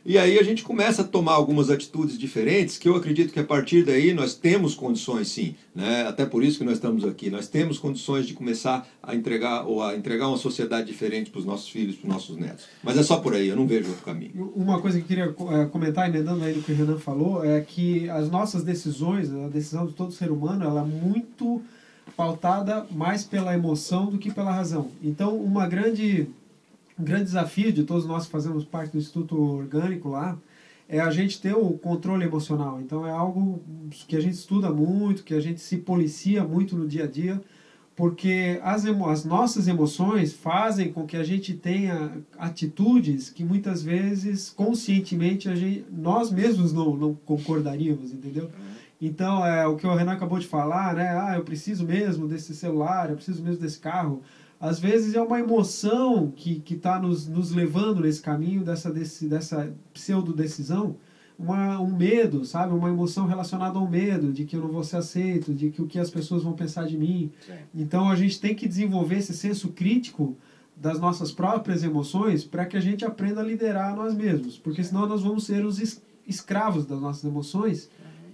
E aí a gente começa a tomar algumas atitudes diferentes, que eu acredito que a partir daí nós temos condições sim, né? Até por isso que nós estamos aqui, nós temos condições de começar a entregar, ou a entregar uma sociedade diferente para os nossos filhos, para os nossos netos. Mas é só por aí, eu não vejo outro caminho. Uma coisa que eu queria comentar, emendando aí do que o Renan falou, é que as nossas decisões, a decisão de todo ser humano, ela é muito pautada mais pela emoção do que pela razão. Então, uma grande... Um grande desafio de todos nós que fazemos parte do Instituto Orgânico lá é a gente ter o controle emocional. Então é algo que a gente estuda muito, que a gente se policia muito no dia a dia, porque as, emo as nossas emoções fazem com que a gente tenha atitudes que muitas vezes conscientemente a gente, nós mesmos não, não concordaríamos, entendeu? Então é o que o Renan acabou de falar, né? Ah, eu preciso mesmo desse celular, eu preciso mesmo desse carro. Às vezes é uma emoção que está nos, nos levando nesse caminho dessa, desse, dessa pseudo-decisão, uma, um medo, sabe? Uma emoção relacionada ao medo, de que eu não vou ser aceito, de que o que as pessoas vão pensar de mim. Sim. Então a gente tem que desenvolver esse senso crítico das nossas próprias emoções para que a gente aprenda a liderar nós mesmos, porque senão nós vamos ser os es escravos das nossas emoções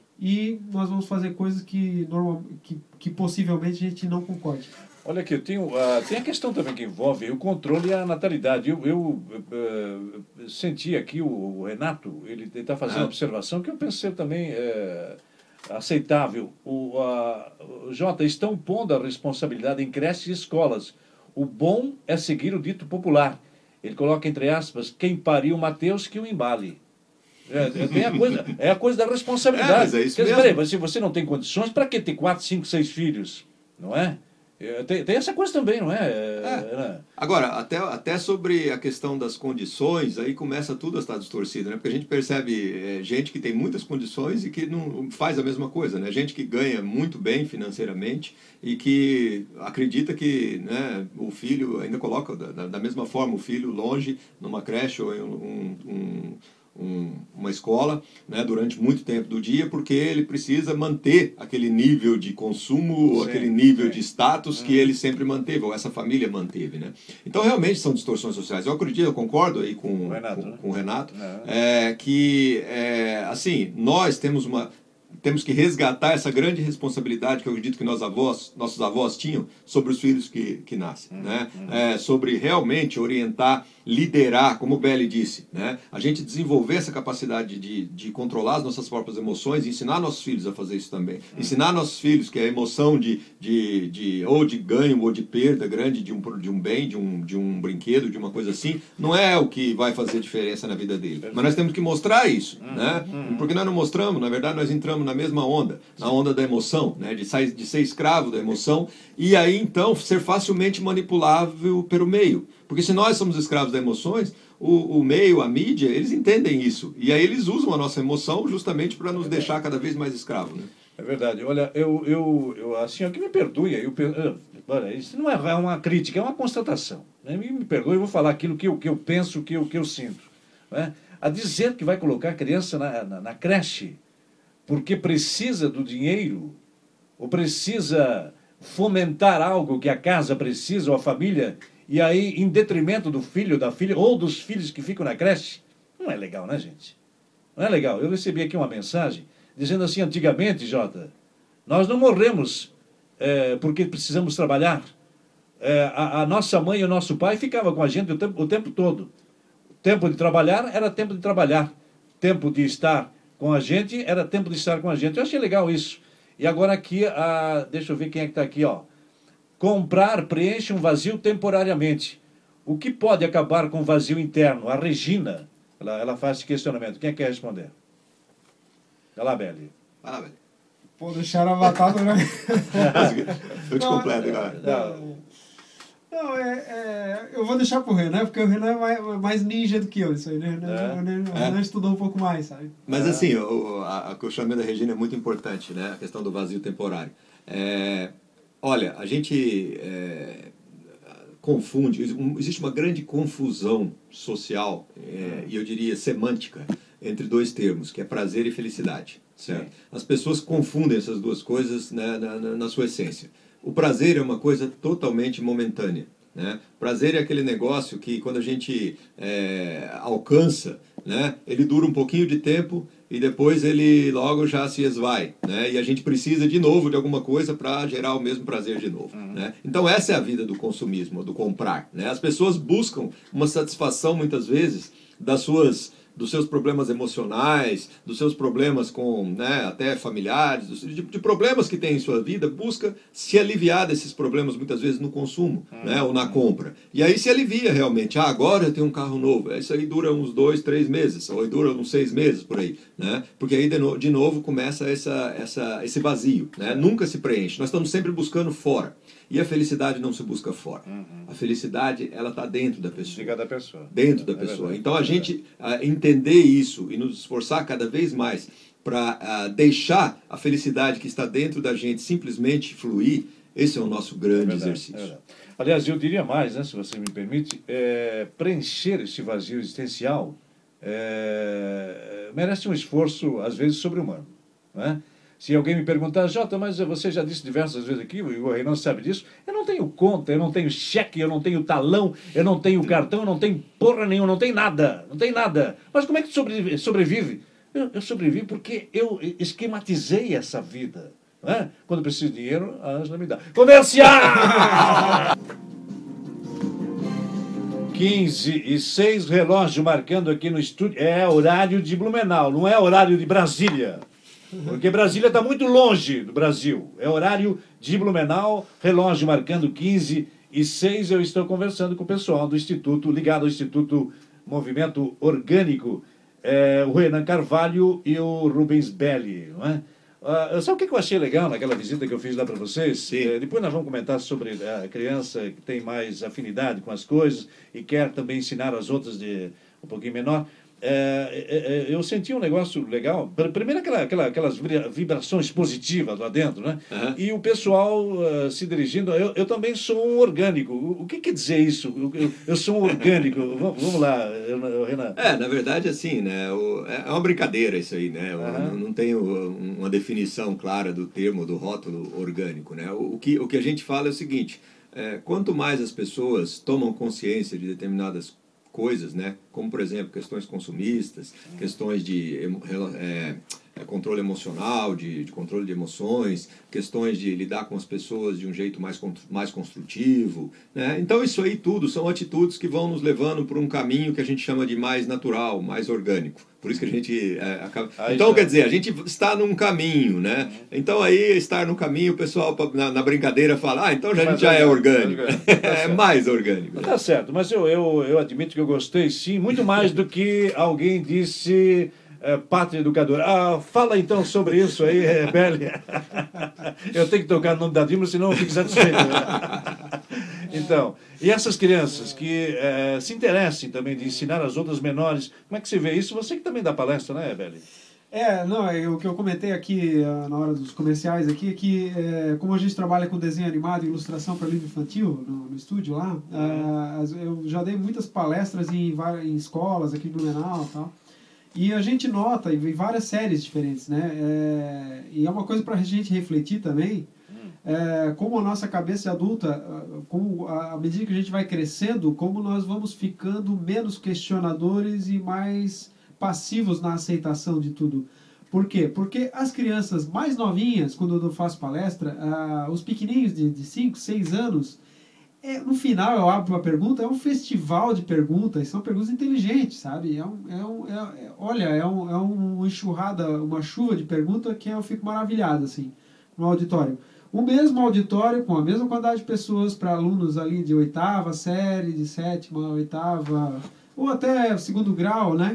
e nós vamos fazer coisas que, normal, que, que possivelmente a gente não concorde. Olha aqui, eu tenho, uh, tem a questão também que envolve o controle e a natalidade. Eu, eu uh, senti aqui o, o Renato, ele está fazendo uma observação que eu pensei também uh, aceitável. O, uh, o Jota, estão pondo a responsabilidade em creches e escolas. O bom é seguir o dito popular. Ele coloca entre aspas, quem pariu Mateus que o embale. É, tem a coisa, é a coisa da responsabilidade. É, mas é isso Quer dizer, mesmo. peraí, se você não tem condições, para que ter quatro, cinco, seis filhos? Não é? Tem, tem essa coisa também, não é? é. é. Agora, até, até sobre a questão das condições, aí começa tudo a estar distorcido, né? Porque a gente percebe é, gente que tem muitas condições e que não faz a mesma coisa, né? Gente que ganha muito bem financeiramente e que acredita que, né, o filho, ainda coloca da, da mesma forma o filho longe, numa creche ou em um... um Um, uma escola, né, durante muito tempo do dia, porque ele precisa manter aquele nível de consumo, sim, aquele nível sim. de status que hum. ele sempre manteve, ou essa família manteve. Né? Então, realmente, são distorções sociais. Eu acredito, eu concordo aí com o Renato, com, né? com o Renato é. É, que, é, assim, nós temos uma... Temos que resgatar essa grande responsabilidade que eu acredito que nós avós, nossos avós tinham sobre os filhos que, que nascem. Uhum, né? Uhum. É, sobre realmente orientar, liderar, como o Belli disse. Né? A gente desenvolver essa capacidade de, de controlar as nossas próprias emoções e ensinar nossos filhos a fazer isso também. Uhum. Ensinar nossos filhos que a emoção de, de, de, ou de ganho ou de perda grande de um, de um bem, de um, de um brinquedo, de uma coisa assim, não é o que vai fazer diferença na vida dele. Perfeito. Mas nós temos que mostrar isso. Uhum, né? Uhum. Porque nós não mostramos, na verdade nós entramos na mesma onda, na onda da emoção, né? de, sair, de ser escravo da emoção, e aí então ser facilmente manipulável pelo meio. Porque se nós somos escravos das emoções, o, o meio, a mídia, eles entendem isso. E aí eles usam a nossa emoção justamente para nos deixar cada vez mais escravos. Né? É verdade. Olha, eu, eu, eu assim, ó, que me perdoe, eu, olha, isso não é uma crítica, é uma constatação. Né? Me, me perdoe, eu vou falar aquilo que eu, que eu penso, que eu, que eu sinto. Né? A dizer que vai colocar a criança na, na, na creche porque precisa do dinheiro, ou precisa fomentar algo que a casa precisa, ou a família, e aí em detrimento do filho, da filha, ou dos filhos que ficam na creche, não é legal, né, gente? Não é legal. Eu recebi aqui uma mensagem dizendo assim, antigamente, Jota, nós não morremos é, porque precisamos trabalhar. É, a, a nossa mãe e o nosso pai ficavam com a gente o tempo, o tempo todo. O tempo de trabalhar era tempo de trabalhar. Tempo de estar com a gente, era tempo de estar com a gente. Eu achei legal isso. E agora aqui, a, deixa eu ver quem é que está aqui, ó. Comprar preenche um vazio temporariamente. O que pode acabar com o vazio interno? A Regina, ela, ela faz esse questionamento. Quem é que quer responder? Vai lá, Belli. Vai lá, Belli. Pô, deixaram a batata, né? Eu te completo agora. Não, não é, é, eu vou deixar pro Renan, porque o Renan é mais, mais ninja do que eu, isso aí, né? É. O Renan, o Renan é. estudou um pouco mais, sabe? Mas assim, o, a, a questionamento da Regina é muito importante, né? A questão do vazio temporário. É, olha, a gente é, confunde, existe uma grande confusão social, é, e eu diria semântica, entre dois termos, que é prazer e felicidade. Certo? As pessoas confundem essas duas coisas, né, na, na, na sua essência. O prazer é uma coisa totalmente momentânea. Né? Prazer é aquele negócio que quando a gente é, alcança, né, ele dura um pouquinho de tempo e depois ele logo já se esvai, né? E a gente precisa de novo de alguma coisa para gerar o mesmo prazer de novo, uhum. né? Então essa é a vida do consumismo, do comprar, né? As pessoas buscam uma satisfação muitas vezes das suas dos seus problemas emocionais, dos seus problemas com, né, até familiares, de, de problemas que tem em sua vida, busca se aliviar desses problemas muitas vezes no consumo, uhum. né, ou na compra. E aí se alivia realmente. Ah, agora eu tenho um carro novo. Isso aí dura uns dois, três meses, ou dura uns seis meses por aí, né? Porque aí de, no, de novo começa essa, essa, esse vazio, né? Nunca se preenche. Nós estamos sempre buscando fora. E a felicidade não se busca fora. Uhum. A felicidade, ela está dentro da pessoa. Fica da pessoa. Dentro da é pessoa. Verdade, então a é gente a, entender isso e nos esforçar cada vez mais para deixar a felicidade que está dentro da gente simplesmente fluir, esse é o nosso grande é verdade, exercício. É Aliás, eu diria mais, né, se você me permite, é, preencher esse vazio existencial é, merece um esforço, às vezes, sobre-humano, não é? Se alguém me perguntar, Jota, mas você já disse diversas vezes aqui, o Reinaldo sabe disso, eu não tenho conta, eu não tenho cheque, eu não tenho talão, eu não tenho cartão, eu não tenho porra nenhuma, não tenho nada, não tem nada. Mas como é que sobrevive? sobrevive? Eu, eu sobrevivo porque eu esquematizei essa vida. Não é? Quando preciso de dinheiro, a Ângela me dá. Comercial! quinze e seis, relógio marcando aqui no estúdio. É horário de Blumenau, não é horário de Brasília. Porque Brasília está muito longe do Brasil. É horário de Blumenau, relógio marcando quinze e seis. Eu estou conversando com o pessoal do Instituto, ligado ao Instituto Movimento Orgânico, é, o Renan Carvalho e o Rubens Belli, não é? Uh, sabe o que eu achei legal naquela visita que eu fiz lá para vocês? Uh, depois nós vamos comentar sobre a criança que tem mais afinidade com as coisas e quer também ensinar as outras de um pouquinho menor. É, é, eu senti um negócio legal. Primeiro aquela, aquela, aquelas vibrações positivas lá dentro, né? Uhum. E o pessoal uh, se dirigindo. Eu, eu também sou um orgânico. O, o que quer dizer isso? Eu, eu, eu sou um orgânico. vamos, vamos lá, Renan. É, na verdade, assim, né? O, é uma brincadeira isso aí, né? Uhum. Não, não tenho uma definição clara do termo, do rótulo orgânico, né? O, o, que, o que a gente fala é o seguinte: é, quanto mais as pessoas tomam consciência de determinadas coisas, né? Como, por exemplo, questões consumistas, questões de é, controle emocional, de, de controle de emoções, questões de lidar com as pessoas de um jeito mais, mais construtivo, né? Então isso aí tudo são atitudes que vão nos levando por um caminho que a gente chama de mais natural, mais orgânico. Por isso que a gente é, acaba... Aí então, já... quer dizer, a gente está num caminho, né? Então aí, estar no caminho, o pessoal na, na brincadeira fala, ah, então já, a gente já é orgânico. É mais orgânico. Tá certo, mas eu, eu, eu admito que eu gostei sim, muito mais do que alguém disse... É, pátria educadora. Ah, fala então sobre isso aí, Rebele. Eu tenho que tocar no nome da Dilma, senão eu fico satisfeito. Então, e essas crianças que é, se interessem também de ensinar as outras menores, como é que você vê isso? Você que também dá palestra, né, Rebele? É, não, é, o que eu comentei aqui na hora dos comerciais aqui é que, é, como a gente trabalha com desenho animado e ilustração para livro infantil no, no estúdio lá, é, eu já dei muitas palestras em, em escolas aqui em Blumenau e tal. E a gente nota, e várias séries diferentes, né? É, e é uma coisa para a gente refletir também, é, como a nossa cabeça adulta, como à medida que a gente vai crescendo, como nós vamos ficando menos questionadores e mais passivos na aceitação de tudo. Por quê? Porque as crianças mais novinhas, quando eu faço palestra, ah, os pequenininhos de cinco, seis anos, É, no final eu abro uma pergunta, é um festival de perguntas, são perguntas inteligentes, sabe? É um, é um, é, é, olha, é, um, é uma enxurrada, uma chuva de perguntas que eu fico maravilhado, assim, no auditório. O mesmo auditório, com a mesma quantidade de pessoas para alunos ali de oitava série, de sétima, oitava, ou até segundo grau, né?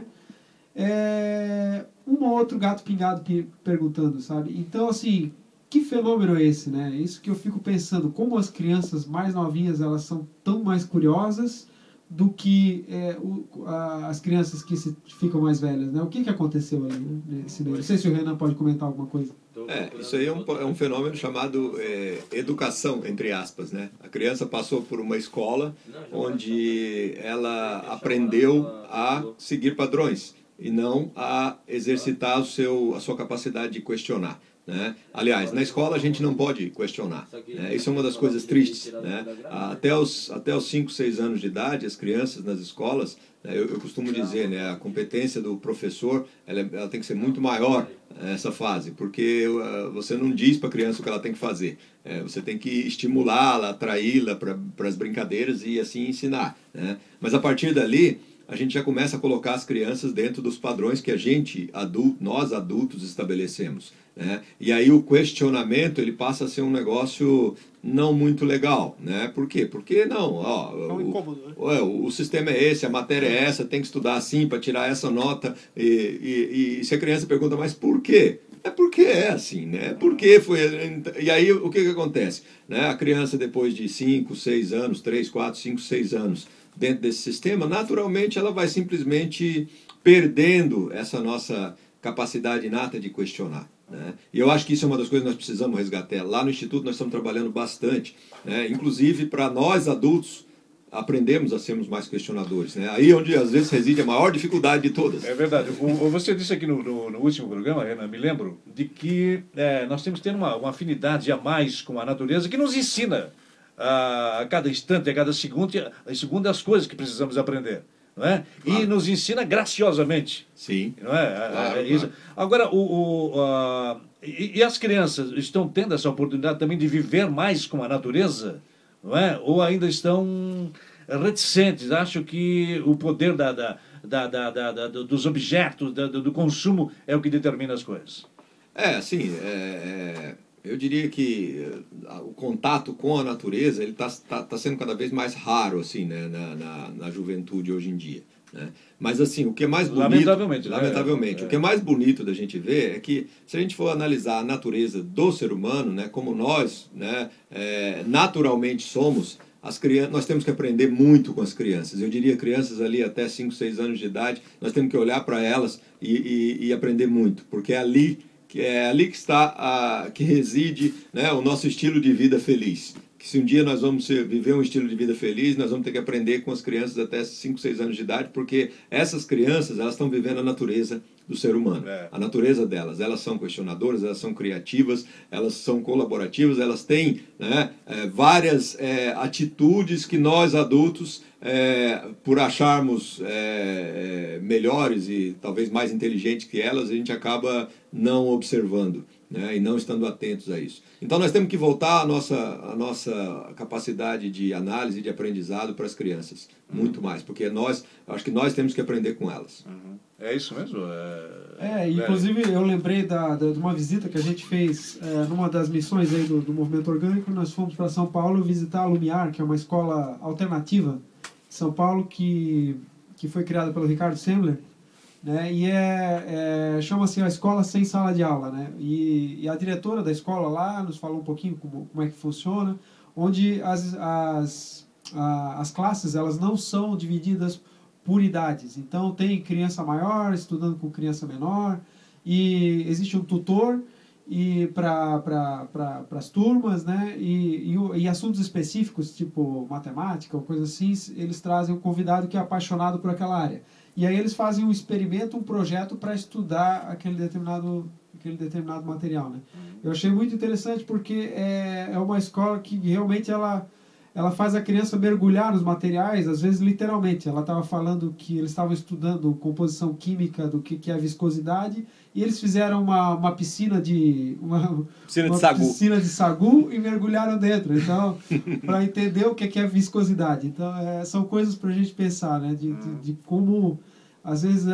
É, um ou outro gato pingado perguntando, sabe? Então, assim... Que fenômeno é esse, né? Isso que eu fico pensando, como as crianças mais novinhas elas são tão mais curiosas do que é, o, a, as crianças que se, ficam mais velhas, né? O que, que aconteceu ali, né? Nesse meio? Não sei se o Renan pode comentar alguma coisa. É, isso aí é um, é um fenômeno chamado é, educação, entre aspas, né? A criança passou por uma escola onde ela aprendeu a seguir padrões e não a exercitar o seu, a sua capacidade de questionar. Né? Aliás, na escola a gente não pode questionar. Né? Isso é uma das coisas tristes. Né? Até os até os cinco, seis anos de idade, as crianças nas escolas, né, eu, eu costumo dizer, né, a competência do professor ela, ela tem que ser muito maior nessa fase, porque uh, você não diz para a criança o que ela tem que fazer. É, você tem que estimulá-la, atraí-la para as brincadeiras e assim ensinar. Né? Mas a partir dali, a gente já começa a colocar as crianças dentro dos padrões que a gente, adulto, nós adultos, estabelecemos. Né? E aí o questionamento ele passa a ser um negócio não muito legal. Né? Por quê? Porque não, ó, É um o, incômodo, né? o, o sistema é esse, a matéria é essa, tem que estudar assim para tirar essa nota. E, e, e se a criança pergunta, mas por quê? É porque é assim, né? Porque foi. E aí o que, que acontece? Né? A criança, depois de cinco, seis anos, três, quatro, cinco, seis anos dentro desse sistema, naturalmente ela vai simplesmente perdendo essa nossa capacidade inata de questionar. Né? E eu acho que isso é uma das coisas que nós precisamos resgatar. Lá no Instituto nós estamos trabalhando bastante, né? Inclusive para nós adultos aprendemos a sermos mais questionadores. Né? Aí é onde às vezes reside a maior dificuldade de todas. É verdade. O, você disse aqui no, no, no último programa, Renan, me lembro, de que é, nós temos que ter uma, uma afinidade a mais com a natureza que nos ensina a, a cada instante, a cada segundo, a segundo as coisas que precisamos aprender. Não é? Claro. E nos ensina graciosamente. Sim. Não é? Claro, é isso. claro. Agora, o, o, a, e, e as crianças estão tendo essa oportunidade também de viver mais com a natureza? Não é? Ou ainda estão reticentes, acham que o poder da, da, da, da, da, da dos objetos, da, do consumo é o que determina as coisas? É, assim, é, é, eu diria que uh, o contato com a natureza ele está tá, tá sendo cada vez mais raro assim, né, na, na, na juventude hoje em dia. Né? Mas assim, o que é mais bonito... Lamentavelmente. Lamentavelmente. Né? O que é mais bonito da gente ver é que, se a gente for analisar a natureza do ser humano, né, como nós, né, é, naturalmente somos, as crianças, nós temos que aprender muito com as crianças. Eu diria crianças ali até cinco, seis anos de idade, nós temos que olhar para elas e, e, e aprender muito, porque é ali que, é ali que está, a, que reside, né, o nosso estilo de vida feliz. Que se um dia nós vamos ser, viver um estilo de vida feliz, nós vamos ter que aprender com as crianças até cinco, seis anos de idade, porque essas crianças elas estão vivendo a natureza do ser humano. É. A natureza delas. Elas são questionadoras, elas são criativas, elas são colaborativas, elas têm, né, é, várias é, atitudes que nós adultos, é, por acharmos é, é, melhores e talvez mais inteligentes que elas, a gente acaba não observando. Né, e não estando atentos a isso. Então nós temos que voltar a nossa, a nossa capacidade de análise e de aprendizado para as crianças, muito mais, porque nós, acho que nós temos que aprender com elas. Uhum. É isso mesmo? É, é inclusive eu lembrei da, da, de uma visita que a gente fez é, numa das missões aí do, do Movimento Orgânico. Nós fomos para São Paulo visitar a Lumiar, que é uma escola alternativa de São Paulo que, que foi criada pelo Ricardo Semler. Né, e é, é, chama-se a Escola Sem Sala de Aula. Né, e, e a diretora da escola lá nos falou um pouquinho como, como é que funciona, onde as, as, a, as classes elas não são divididas por idades. Então tem criança maior estudando com criança menor, e existe um tutor e para pra, as turmas, né, e, e, e assuntos específicos, tipo matemática ou coisa assim, eles trazem um convidado que é apaixonado por aquela área. E aí eles fazem um experimento, um projeto para estudar aquele determinado, aquele determinado material. Né? Eu achei muito interessante porque é, é uma escola que realmente ela, ela faz a criança mergulhar nos materiais, às vezes literalmente. Ela estava falando que eles estavam estudando composição química do que, que é a viscosidade, e eles fizeram uma, uma piscina de uma, Piscina uma de sagu. piscina de sagu e mergulharam dentro. Então, para entender o que, que é viscosidade. Então, é, são coisas para a gente pensar, né? De, de, de como às vezes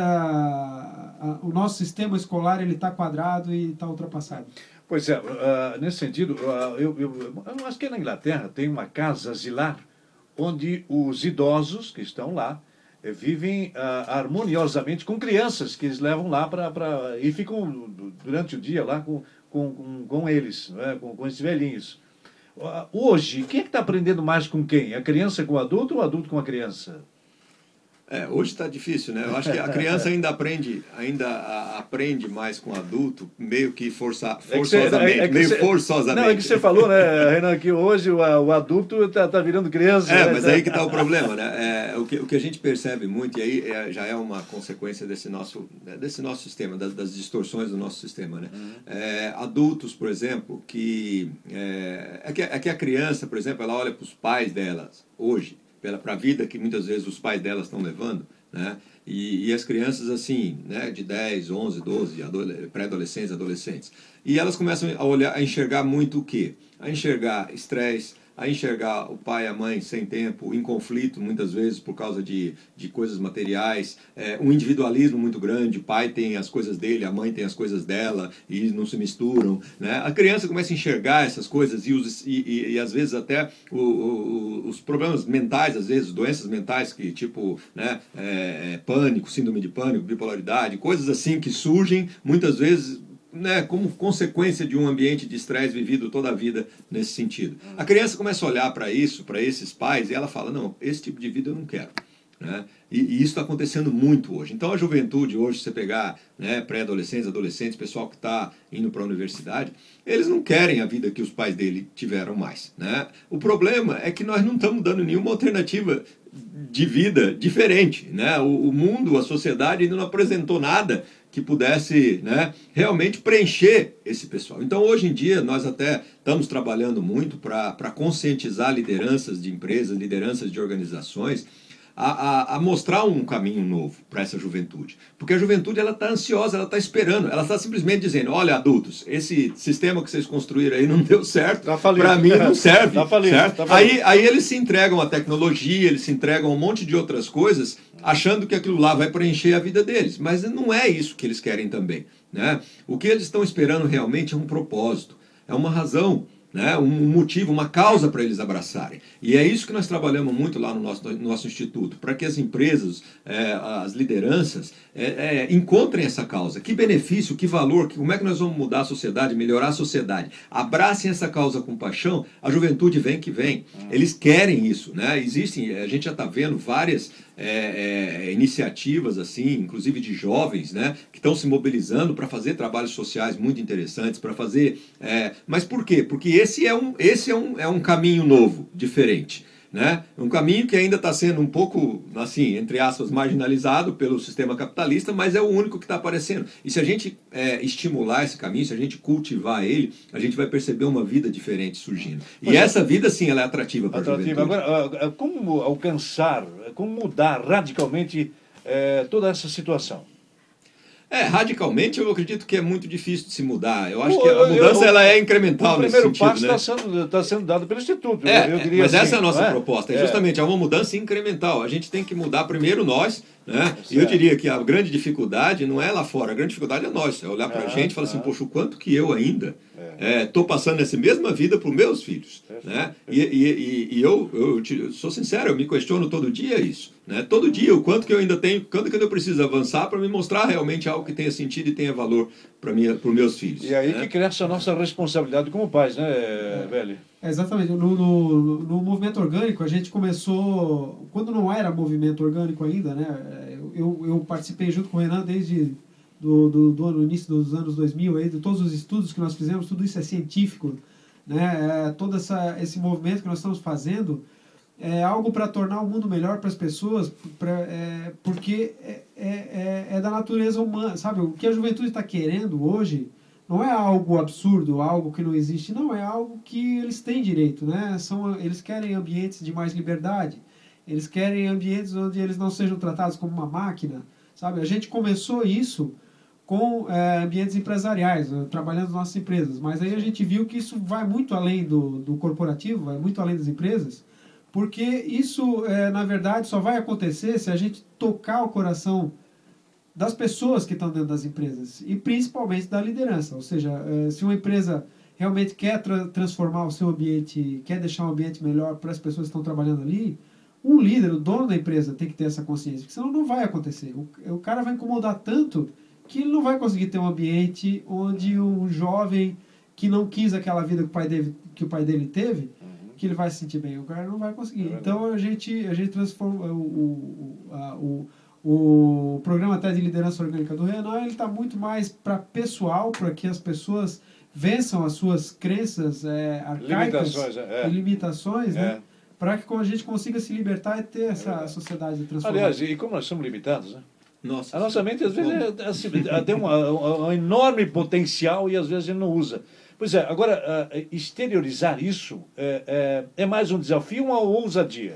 a, a, o nosso sistema escolar ele está quadrado e está ultrapassado. Pois é, uh, nesse sentido, uh, eu, eu, eu acho que na Inglaterra tem uma casa asilar onde os idosos que estão lá eh, vivem uh, harmoniosamente com crianças que eles levam lá para pra, e ficam durante o dia lá com, com, com, com eles, né, com, com esses velhinhos. Uh, hoje, quem é que está aprendendo mais com quem? A criança com o adulto ou o adulto com a criança? É, hoje está difícil, né? Eu acho que a criança ainda aprende, ainda a, aprende mais com o adulto, meio que força, forçosamente, é que cê, é, é que meio cê, forçosamente. Não, é que você falou, né, Renan, que hoje o, o adulto está tá virando criança. É, né? mas aí que está o problema, né? É, o, que, o que a gente percebe muito, e aí é, já é uma consequência desse nosso, desse nosso sistema, das, das distorções do nosso sistema, né? Uhum. É, adultos, por exemplo, que é, é que... é que a criança, por exemplo, ela olha para os pais delas hoje, para a vida que muitas vezes os pais delas estão levando, né? E, e as crianças assim, né, de dez, onze, doze, pré-adolescentes, adolescentes. E elas começam a olhar, a enxergar muito o quê? A enxergar estresse, a enxergar o pai e a mãe sem tempo, em conflito muitas vezes por causa de, de coisas materiais, é, um individualismo muito grande, o pai tem as coisas dele, a mãe tem as coisas dela e não se misturam, né? A criança começa a enxergar essas coisas e, os, e, e, e às vezes até o, o, os problemas mentais, às vezes doenças mentais que tipo, né, é, pânico, síndrome de pânico, bipolaridade, coisas assim que surgem muitas vezes, né, como consequência de um ambiente de estresse vivido toda a vida nesse sentido. A criança começa a olhar para isso, para esses pais, e ela fala, não, esse tipo de vida eu não quero. Né? E, e isso está acontecendo muito hoje. Então a juventude hoje, se você pegar, né, pré-adolescentes, adolescentes, pessoal que está indo para a universidade, eles não querem a vida que os pais dele tiveram mais. Né? O problema é que nós não estamos dando nenhuma alternativa de vida diferente. Né? O, o mundo, a sociedade ainda não apresentou nada que pudesse, né, realmente preencher esse pessoal. Então, hoje em dia, nós até estamos trabalhando muito para conscientizar lideranças de empresas, lideranças de organizações, a, a, a mostrar um caminho novo para essa juventude. Porque a juventude ela está ansiosa, ela está esperando, ela está simplesmente dizendo, olha, adultos, esse sistema que vocês construíram aí não deu certo, tá para mim não serve. Tá falido, certo? Tá falido. Aí, aí eles se entregam à tecnologia, eles se entregam a um monte de outras coisas, achando que aquilo lá vai preencher a vida deles. Mas não é isso que eles querem também. Né? O que eles estão esperando realmente é um propósito, é uma razão, né? Um motivo, uma causa para eles abraçarem. E é isso que nós trabalhamos muito lá no nosso, no nosso instituto, para que as empresas, é, as lideranças, é, é, encontrem essa causa. Que benefício, que valor, que, como é que nós vamos mudar a sociedade, melhorar a sociedade. Abracem essa causa com paixão, a juventude vem que vem. Eles querem isso. Né? Existem, a gente já está vendo várias é, é, iniciativas, assim, inclusive de jovens, né, que estão se mobilizando para fazer trabalhos sociais muito interessantes, para fazer... É, mas por quê? Porque esse é um, esse é um, é um caminho novo, diferente. Né? Um caminho que ainda está sendo um pouco, assim, entre aspas, marginalizado pelo sistema capitalista, mas é o único que está aparecendo. E se a gente é, estimular esse caminho, se a gente cultivar ele, a gente vai perceber uma vida diferente surgindo. E mas essa é... vida, sim, ela é atrativa para a juventude. Agora, como alcançar, como mudar radicalmente é, toda essa situação? É, radicalmente eu acredito que é muito difícil de se mudar. Eu acho que a mudança eu, eu, ela é incremental nesse sentido. O primeiro passo está, né, sendo, está sendo dado pelo Instituto. É, eu diria mas assim, essa é a nossa é? proposta. É, é justamente, é uma mudança incremental. A gente tem que mudar primeiro nós. Né? E eu diria que a grande dificuldade não é lá fora, a grande dificuldade é nós. É olhar para a é, gente e falar assim, poxa, o quanto que eu ainda estou é. é, passando essa mesma vida para os meus filhos. É, né? E, e, e eu, eu, te, eu sou sincero, eu me questiono todo dia isso. Né? Todo dia, o quanto que eu ainda tenho, quanto que eu preciso avançar para me mostrar realmente algo que tenha sentido e tenha valor para os meus filhos. E aí né? que cresce a nossa responsabilidade como pais, né, Velho? É, exatamente. No, no, no movimento orgânico, a gente começou, quando não era movimento orgânico ainda, né? Eu, eu participei junto com o Renan desde do, do, do ano, início dos anos dois mil, aí, de todos os estudos que nós fizemos, tudo isso é científico, né? É, todo essa, esse movimento que nós estamos fazendo é algo para tornar o mundo melhor para as pessoas, pra, é, porque é, é, é da natureza humana, sabe? O que a juventude está querendo hoje não é algo absurdo, algo que não existe, não, é algo que eles têm direito, né? São, eles querem ambientes de mais liberdade, eles querem ambientes onde eles não sejam tratados como uma máquina, sabe? A gente começou isso com é, ambientes empresariais, trabalhando nas nossas empresas, mas aí a gente viu que isso vai muito além do, do corporativo, vai muito além das empresas, porque isso, é, na verdade, só vai acontecer se a gente tocar o coração das pessoas que estão dentro das empresas e principalmente da liderança. Ou seja, se uma empresa realmente quer tra transformar o seu ambiente, quer deixar um ambiente melhor para as pessoas que estão trabalhando ali, um líder, o dono da empresa tem que ter essa consciência, porque senão não vai acontecer. O, o cara vai incomodar tanto que ele não vai conseguir ter um ambiente onde um jovem que não quis aquela vida que o pai dele, que o pai dele teve, que ele vai se sentir bem? O cara não vai conseguir. É então a gente, a gente transforma o, o, a, o, o programa até de liderança orgânica do Renan, ele está muito mais para pessoal, para que as pessoas vençam as suas crenças é, arcaicas Limitações, é. e limitações, É. né? Para que a gente consiga se libertar e ter essa sociedade transformada. Aliás, e como nós somos limitados, né? Nossa. A nossa mente, às vezes, é, assim, tem um, um, um enorme potencial e, às vezes, a gente não usa. Pois é, agora, uh, exteriorizar isso é, é, é mais um desafio ou uma ousadia?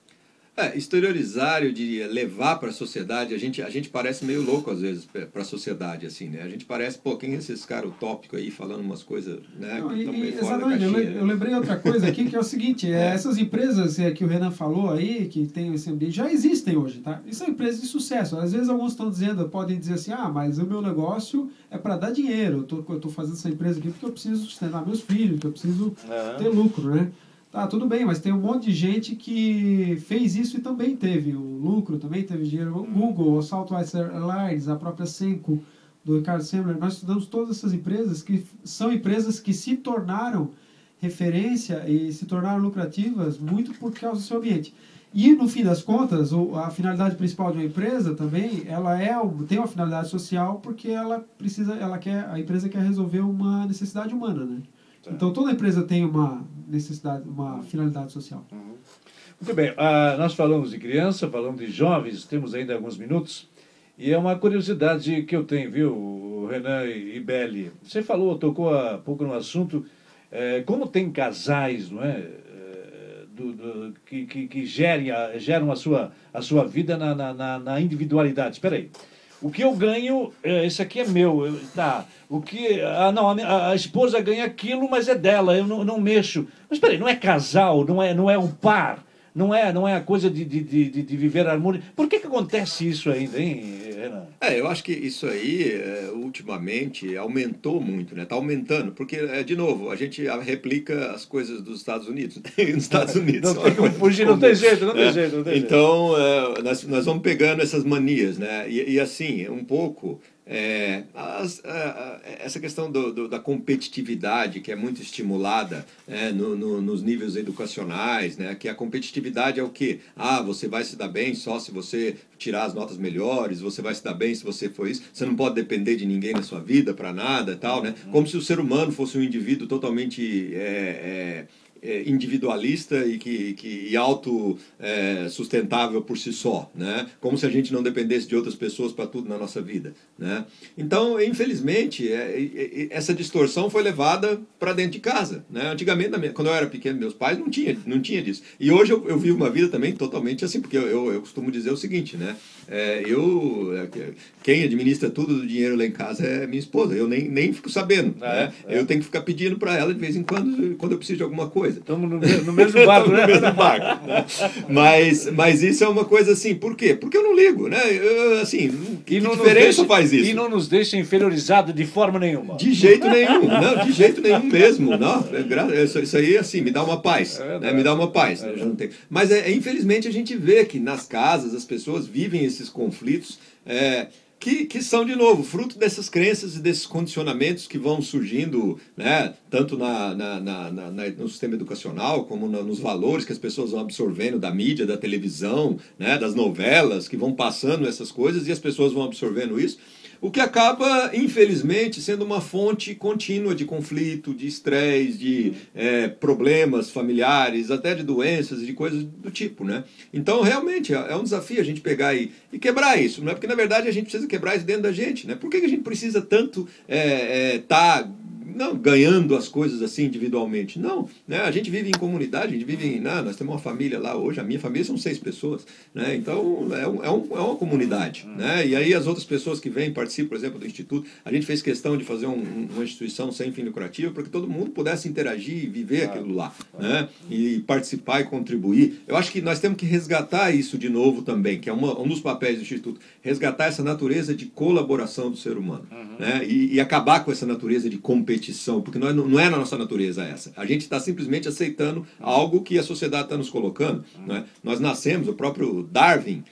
É, exteriorizar, eu diria, levar para a sociedade, a gente, a gente parece meio louco às vezes para a sociedade, assim, né? A gente parece, pô, quem é esse cara utópico aí, falando umas coisas, né? Não, que e, estão e, meio fora da exatamente, eu, caixinha, le- né? eu lembrei outra coisa aqui, que é o seguinte, é, É. essas empresas é, que o Renan falou aí, que tem esse ambiente, já existem hoje, tá? E são empresas de sucesso. Às vezes alguns estão dizendo, podem dizer assim, ah, mas o meu negócio é para dar dinheiro, eu tô, eu tô fazendo essa empresa aqui porque eu preciso sustentar meus filhos, que eu preciso Aham. ter lucro, né? Tá, tudo bem, mas tem um monte de gente que fez isso e também teve o lucro, também teve dinheiro. O Google, o Southwest Airlines, a própria Senco, do Ricardo Semler, nós estudamos todas essas empresas que são empresas que se tornaram referência e se tornaram lucrativas muito por causa do seu ambiente. E, no fim das contas, o- a finalidade principal de uma empresa também, ela é, o- tem uma finalidade social porque ela precisa, ela quer, a empresa quer resolver uma necessidade humana, né? Então, toda empresa tem uma necessidade, uma finalidade social. Muito bem, ah, nós falamos de criança, falamos de jovens, temos ainda alguns minutos. E é uma curiosidade que eu tenho, viu, Renan e Beli? Você falou, tocou há pouco no assunto, eh, como tem casais, não é? eh, do- do- que, que, que gerem a, geram a sua, a sua vida na, na, na- na individualidade. Espera aí. O que eu ganho, eh, esse aqui é meu, eu- tá. O que. Ah, não, a, minha- a esposa ganha aquilo, mas é dela, eu não, não mexo. Mas espera aí, não é casal, não é, não é um par. Não é, não é a coisa de, de, de, de viver harmonia. Por que, que acontece isso ainda, hein, Renan? É, eu acho que isso aí, é, ultimamente, aumentou muito, né? Está aumentando, porque, é, de novo, a gente replica as coisas dos Estados Unidos. Nos Estados Unidos. Não tem como fugir, não tem jeito, não tem É, jeito. Não tem jeito. então, é, nós, nós vamos pegando essas manias, né? E, e assim, um pouco, é, as- a- a- essa questão do, do- da competitividade, que é muito estimulada, é, no- no- nos níveis educacionais, né? Que a competitividade é o quê? Ah, você vai se dar bem só se você tirar as notas melhores, você vai se dar bem se você for isso, você não pode depender de ninguém na sua vida para nada, tal, né? Como se o ser humano fosse um indivíduo totalmente é, é, é, individualista e, que, que, e auto é, sustentável por si só, né? Como se a gente não dependesse de outras pessoas para tudo na nossa vida, né? Então, infelizmente, é, é, é, essa distorção foi levada para dentro de casa, né? Antigamente, na minha, quando eu era pequeno, meus pais não tinha, não tinha disso. E hoje eu, eu vivo uma vida também totalmente assim, porque eu, eu, eu costumo dizer o seguinte, né? É, eu, é, quem administra tudo do dinheiro lá em casa é minha esposa, eu nem, nem fico sabendo, É, né? é. Eu tenho que ficar pedindo para ela de vez em quando, quando eu preciso de alguma coisa. Estamos no, me- no mesmo barco, No né? mesmo barco, né? Mas, mas isso é uma coisa assim, por quê? Porque eu não ligo, né? Eu, assim, que, E não que nos diferença deixa- faz isso? E não nos deixa inferiorizados de forma nenhuma. De jeito nenhum, não, de jeito nenhum mesmo, não. É gra- Isso, isso aí, assim, me dá uma paz, É verdade. né? Me dá uma paz. Eu já não tenho. Mas, é, infelizmente, a gente vê que nas casas as pessoas vivem esses conflitos é, que, que são, de novo, fruto dessas crenças e desses condicionamentos que vão surgindo, né? Tanto na, na, na, na- na- no sistema educacional, como na- nos valores que as pessoas vão absorvendo da mídia, da televisão, né? Das novelas, que vão passando essas coisas e as pessoas vão absorvendo isso. O que acaba, infelizmente, sendo uma fonte contínua de conflito, de estresse, de é, problemas familiares, até de doenças e de coisas do tipo, né? Então, realmente, é é um desafio a gente pegar e, e quebrar isso, não é? Porque, na verdade, a gente precisa quebrar isso dentro da gente, né? Por que, que a gente precisa tanto é, é, tá não ganhando as coisas assim individualmente? Não, né? A gente vive em comunidade, a gente vive em... Não, nós temos uma família lá hoje, a minha família são seis pessoas, né? Então é, um, é, um, é uma comunidade, né? E aí as outras pessoas que vêm, participam, por exemplo, do Instituto, a gente fez questão de fazer um, uma instituição sem fim lucrativo para que todo mundo pudesse interagir e viver aquilo lá, né? E participar e contribuir. Eu acho que nós temos que resgatar isso de novo também, que é uma, um dos papéis do Instituto, resgatar essa natureza de colaboração do ser humano, né? E, e acabar com essa natureza de competição, porque nós, não é na nossa natureza essa. A gente está simplesmente aceitando algo que a sociedade está nos colocando, né? Nós nascemos, o próprio Darwin,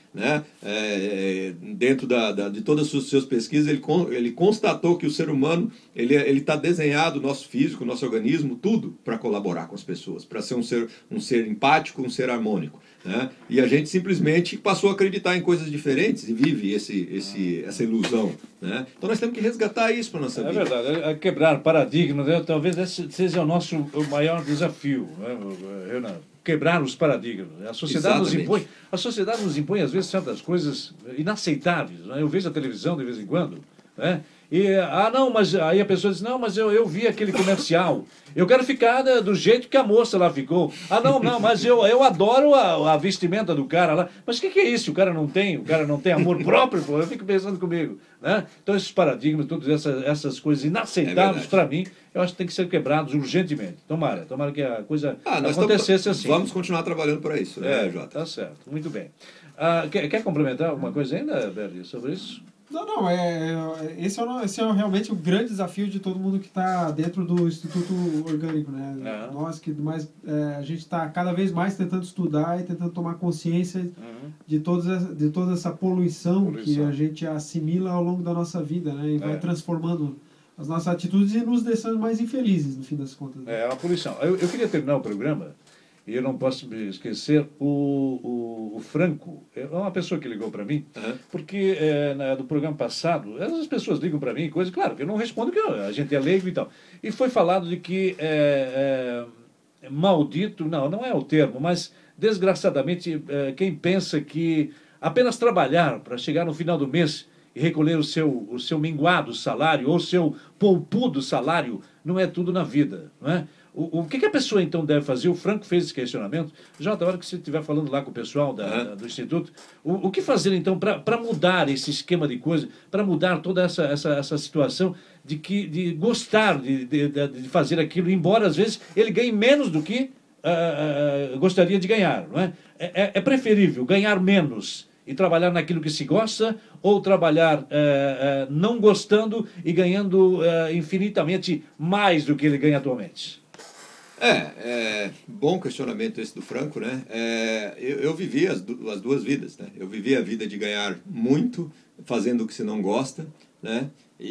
né? É, dentro da, da, de todas as suas pesquisas, ele, ele constatou que o ser humano ele está desenhado, o nosso físico, o nosso organismo, tudo para colaborar com as pessoas, para ser um ser, um ser empático, um ser harmônico. Né? E a gente simplesmente passou a acreditar em coisas diferentes e vive esse, esse, essa ilusão. Né? Então nós temos que resgatar isso para a nossa é vida. É verdade, é quebrar paradigmas, né? Talvez esse seja o nosso o maior desafio, né, Renan? Quebrar os paradigmas. A sociedade nos impõe, a sociedade nos impõe às vezes certas coisas inaceitáveis. Né? Eu vejo a televisão de vez em quando, né? E, ah, não, mas aí a pessoa diz, não, mas eu, eu vi aquele comercial, eu quero ficar né, do jeito que a moça lá ficou. Ah, não, não, mas eu, eu adoro a, a vestimenta do cara lá. Mas o que, que é isso? O cara não tem, o cara não tem amor próprio, pô. Eu fico pensando comigo. Né? Então, esses paradigmas, todas essas, essas coisas inaceitáveis, É para mim, eu acho que tem que ser quebrados urgentemente. Tomara, tomara que a coisa ah, acontecesse estamos, assim. Vamos continuar trabalhando para isso, né, é, Jota? Tá certo, muito bem. Ah, quer, quer complementar alguma coisa ainda, Berli, sobre isso? Não, não, é, é, esse, é o, esse é realmente o grande desafio de todo mundo que está dentro do Instituto Orgânico, né? É. Nós que mais, é, a gente está cada vez mais tentando estudar e tentando tomar consciência Uhum. de, todos essa, de toda essa poluição, Poluição. que a gente assimila ao longo da nossa vida, né? E vai É. transformando as nossas atitudes e nos deixando mais infelizes, no fim das contas. Né? É, a poluição. Eu, eu queria terminar o programa, e eu não posso esquecer, o, o, o Franco, é uma pessoa que ligou para mim, Uhum. porque é, na, do programa passado, as pessoas ligam para mim, coisa, claro, que eu não respondo, porque a gente é leigo e tal. E foi falado de que é, é, maldito, não, não é o termo, mas desgraçadamente, é, quem pensa que apenas trabalhar para chegar no final do mês e recolher o seu, o seu minguado salário ou o seu poupudo salário não é tudo na vida, não é? O, o que, que a pessoa, então, deve fazer? O Franco fez esse questionamento. Jota, a hora que você estiver falando lá com o pessoal da, Uhum. da, do Instituto, o, o que fazer, então, para mudar esse esquema de coisa, para mudar toda essa, essa, essa situação de, que, de gostar de, de, de fazer aquilo, embora, às vezes, ele ganhe menos do que uh, uh, gostaria de ganhar, não é? É, é preferível ganhar menos e trabalhar naquilo que se gosta, ou trabalhar eh, eh, não gostando e ganhando eh, infinitamente mais do que ele ganha atualmente? É, é, bom questionamento esse do Franco, né? É, eu, eu vivi as, du as duas vidas, né? Eu vivi a vida de ganhar muito fazendo o que você não gosta, né?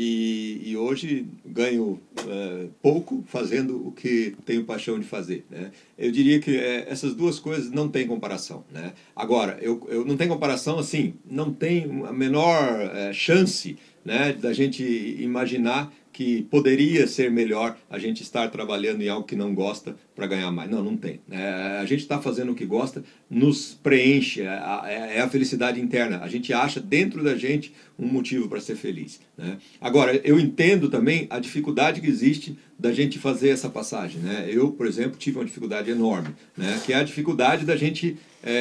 E, e hoje ganho é, pouco fazendo o que tenho paixão de fazer, né? Eu diria que é, essas duas coisas não têm comparação, né? Agora, eu, eu não tem comparação assim, não tem a menor é, chance, né, da gente imaginar que poderia ser melhor a gente estar trabalhando em algo que não gosta para ganhar mais. Não, não tem. É, a gente está fazendo o que gosta, nos preenche, é a, é a felicidade interna. A gente acha dentro da gente um motivo para ser feliz. Né? Agora, eu entendo também a dificuldade que existe da gente fazer essa passagem. Né? Eu, por exemplo, tive uma dificuldade enorme, né? Que é a dificuldade da gente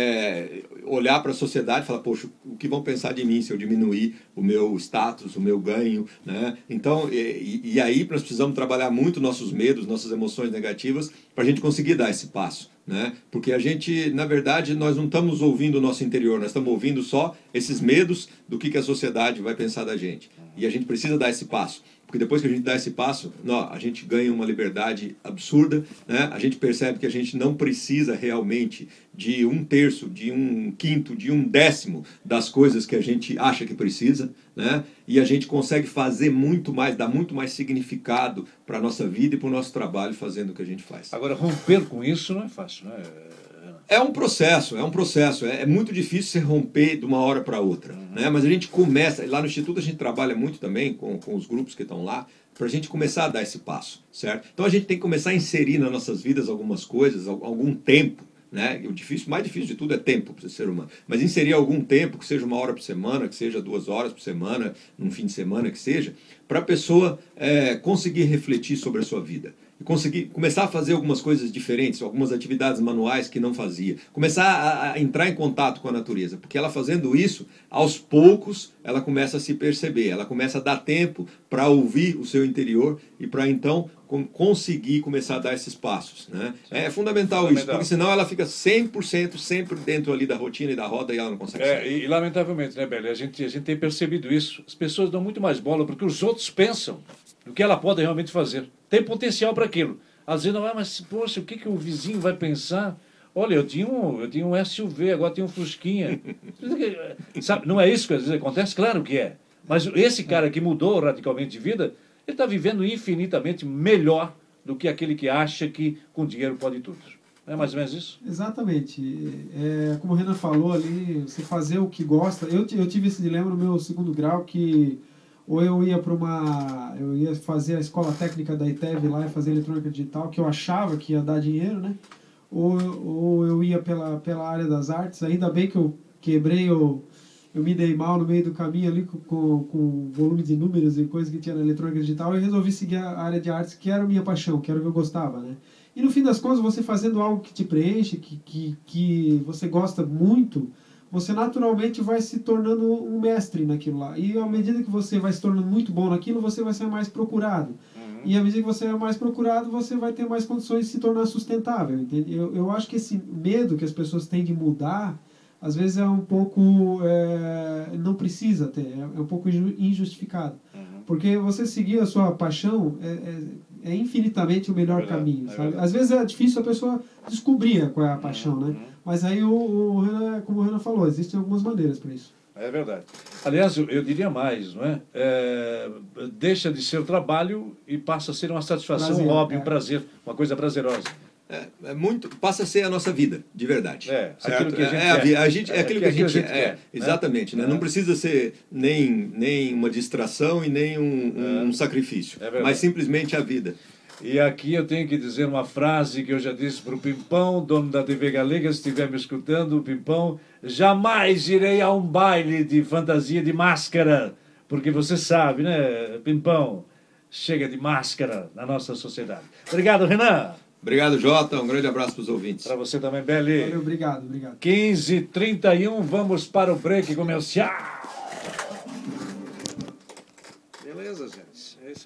é, olhar para a sociedade e falar, poxa, o que vão pensar de mim se eu diminuir o meu status, o meu ganho, né? Então, e, e aí nós precisamos trabalhar muito nossos medos, nossas emoções negativas para a gente conseguir dar esse passo, né? Porque a gente, na verdade, nós não estamos ouvindo o nosso interior, nós estamos ouvindo só esses medos do que, que a sociedade vai pensar da gente. E a gente precisa dar esse passo. Porque depois que a gente dá esse passo, não, a gente ganha uma liberdade absurda, né? A gente percebe que a gente não precisa realmente de um terço, de um quinto, de um décimo das coisas que a gente acha que precisa, né? E a gente consegue fazer muito mais, dar muito mais significado para a nossa vida e para o nosso trabalho fazendo o que a gente faz. Agora, romper com isso não é fácil, não é? É um processo, é um processo. É, é muito difícil você romper de uma hora para outra. Uhum. Né? Mas a gente começa, lá no Instituto a gente trabalha muito também com, com os grupos que estão lá, para a gente começar a dar esse passo, certo? Então a gente tem que começar a inserir nas nossas vidas algumas coisas, algum tempo. Né? O difícil, mais difícil de tudo é tempo para o ser humano. Mas inserir algum tempo, que seja uma hora por semana, que seja duas horas por semana, num fim de semana que seja, para a pessoa é, conseguir refletir sobre a sua vida. E conseguir começar a fazer algumas coisas diferentes, algumas atividades manuais que não fazia. Começar a, a entrar em contato com a natureza. Porque ela fazendo isso, aos poucos, ela começa a se perceber. Ela começa a dar tempo para ouvir o seu interior e para então conseguir começar a dar esses passos. Né? É fundamental, fundamental isso, porque senão ela fica cem por cento sempre dentro ali da rotina e da roda e ela não consegue é, sair. E, e lamentavelmente, né, Beli, a gente, a gente tem percebido isso. As pessoas dão muito mais bola porque os outros pensam do que ela pode realmente fazer. Tem potencial para aquilo. Às vezes, não é, mas poxa, o que, que o vizinho vai pensar? Olha, eu tinha um, eu tinha um S U V, agora tenho um Fusquinha. Sabe, não é isso que às vezes acontece? Claro que é. Mas esse cara que mudou radicalmente de vida, ele está vivendo infinitamente melhor do que aquele que acha que com dinheiro pode tudo. Não é mais ou menos isso? Exatamente. É, como o Renan falou ali, você fazer o que gosta. Eu, eu tive esse dilema no meu segundo grau, que ou eu ia para uma... Eu ia fazer a escola técnica da I T E V lá e fazer eletrônica digital, que eu achava que ia dar dinheiro, né? Ou, ou eu ia pela, pela área das artes. Ainda bem que eu quebrei, eu, eu me dei mal no meio do caminho ali com, com, com volume de números e coisas que tinha na eletrônica digital, e resolvi seguir a área de artes, que era a minha paixão, que era o que eu gostava, né? E no fim das contas, você fazendo algo que te preenche, que, que, que você gosta muito, você naturalmente vai se tornando um mestre naquilo lá. E à medida que você vai se tornando muito bom naquilo, você vai ser mais procurado. Uhum. E à medida que você é mais procurado, você vai ter mais condições de se tornar sustentável. Entende? Eu, eu acho que esse medo que as pessoas têm de mudar, às vezes é um pouco... É, não precisa ter, é um pouco injustificado. Uhum. Porque você seguir a sua paixão é, é, é infinitamente o melhor é verdade, caminho. É sabe? Às vezes é difícil a pessoa descobrir qual é a paixão, uhum. né? Mas aí, o, o Renan, como o Renan falou, existem algumas maneiras para isso. É verdade. Aliás, eu, eu diria mais, não é? é? Deixa de ser trabalho e passa a ser uma satisfação, prazer, um hobby, é. um prazer, uma coisa prazerosa. É, é muito, passa a ser a nossa vida, de verdade. É, certo? aquilo que a gente é, quer. A, a gente, é, é aquilo que a gente, que a gente quer. É, exatamente. Né? Né? Não precisa ser nem, nem uma distração e nem um, um, um sacrifício, é mas simplesmente a vida. E aqui eu tenho que dizer uma frase que eu já disse para o Pimpão, dono da T V Galega, se estiver me escutando, Pimpão, jamais irei a um baile de fantasia de máscara, porque você sabe, né, Pimpão, chega de máscara na nossa sociedade. Obrigado, Renan. Obrigado, Jota. Um grande abraço para os ouvintes. Para você também, Beli. Valeu, obrigado, obrigado. quinze e trinta e um, vamos para o break comercial. Beleza, gente.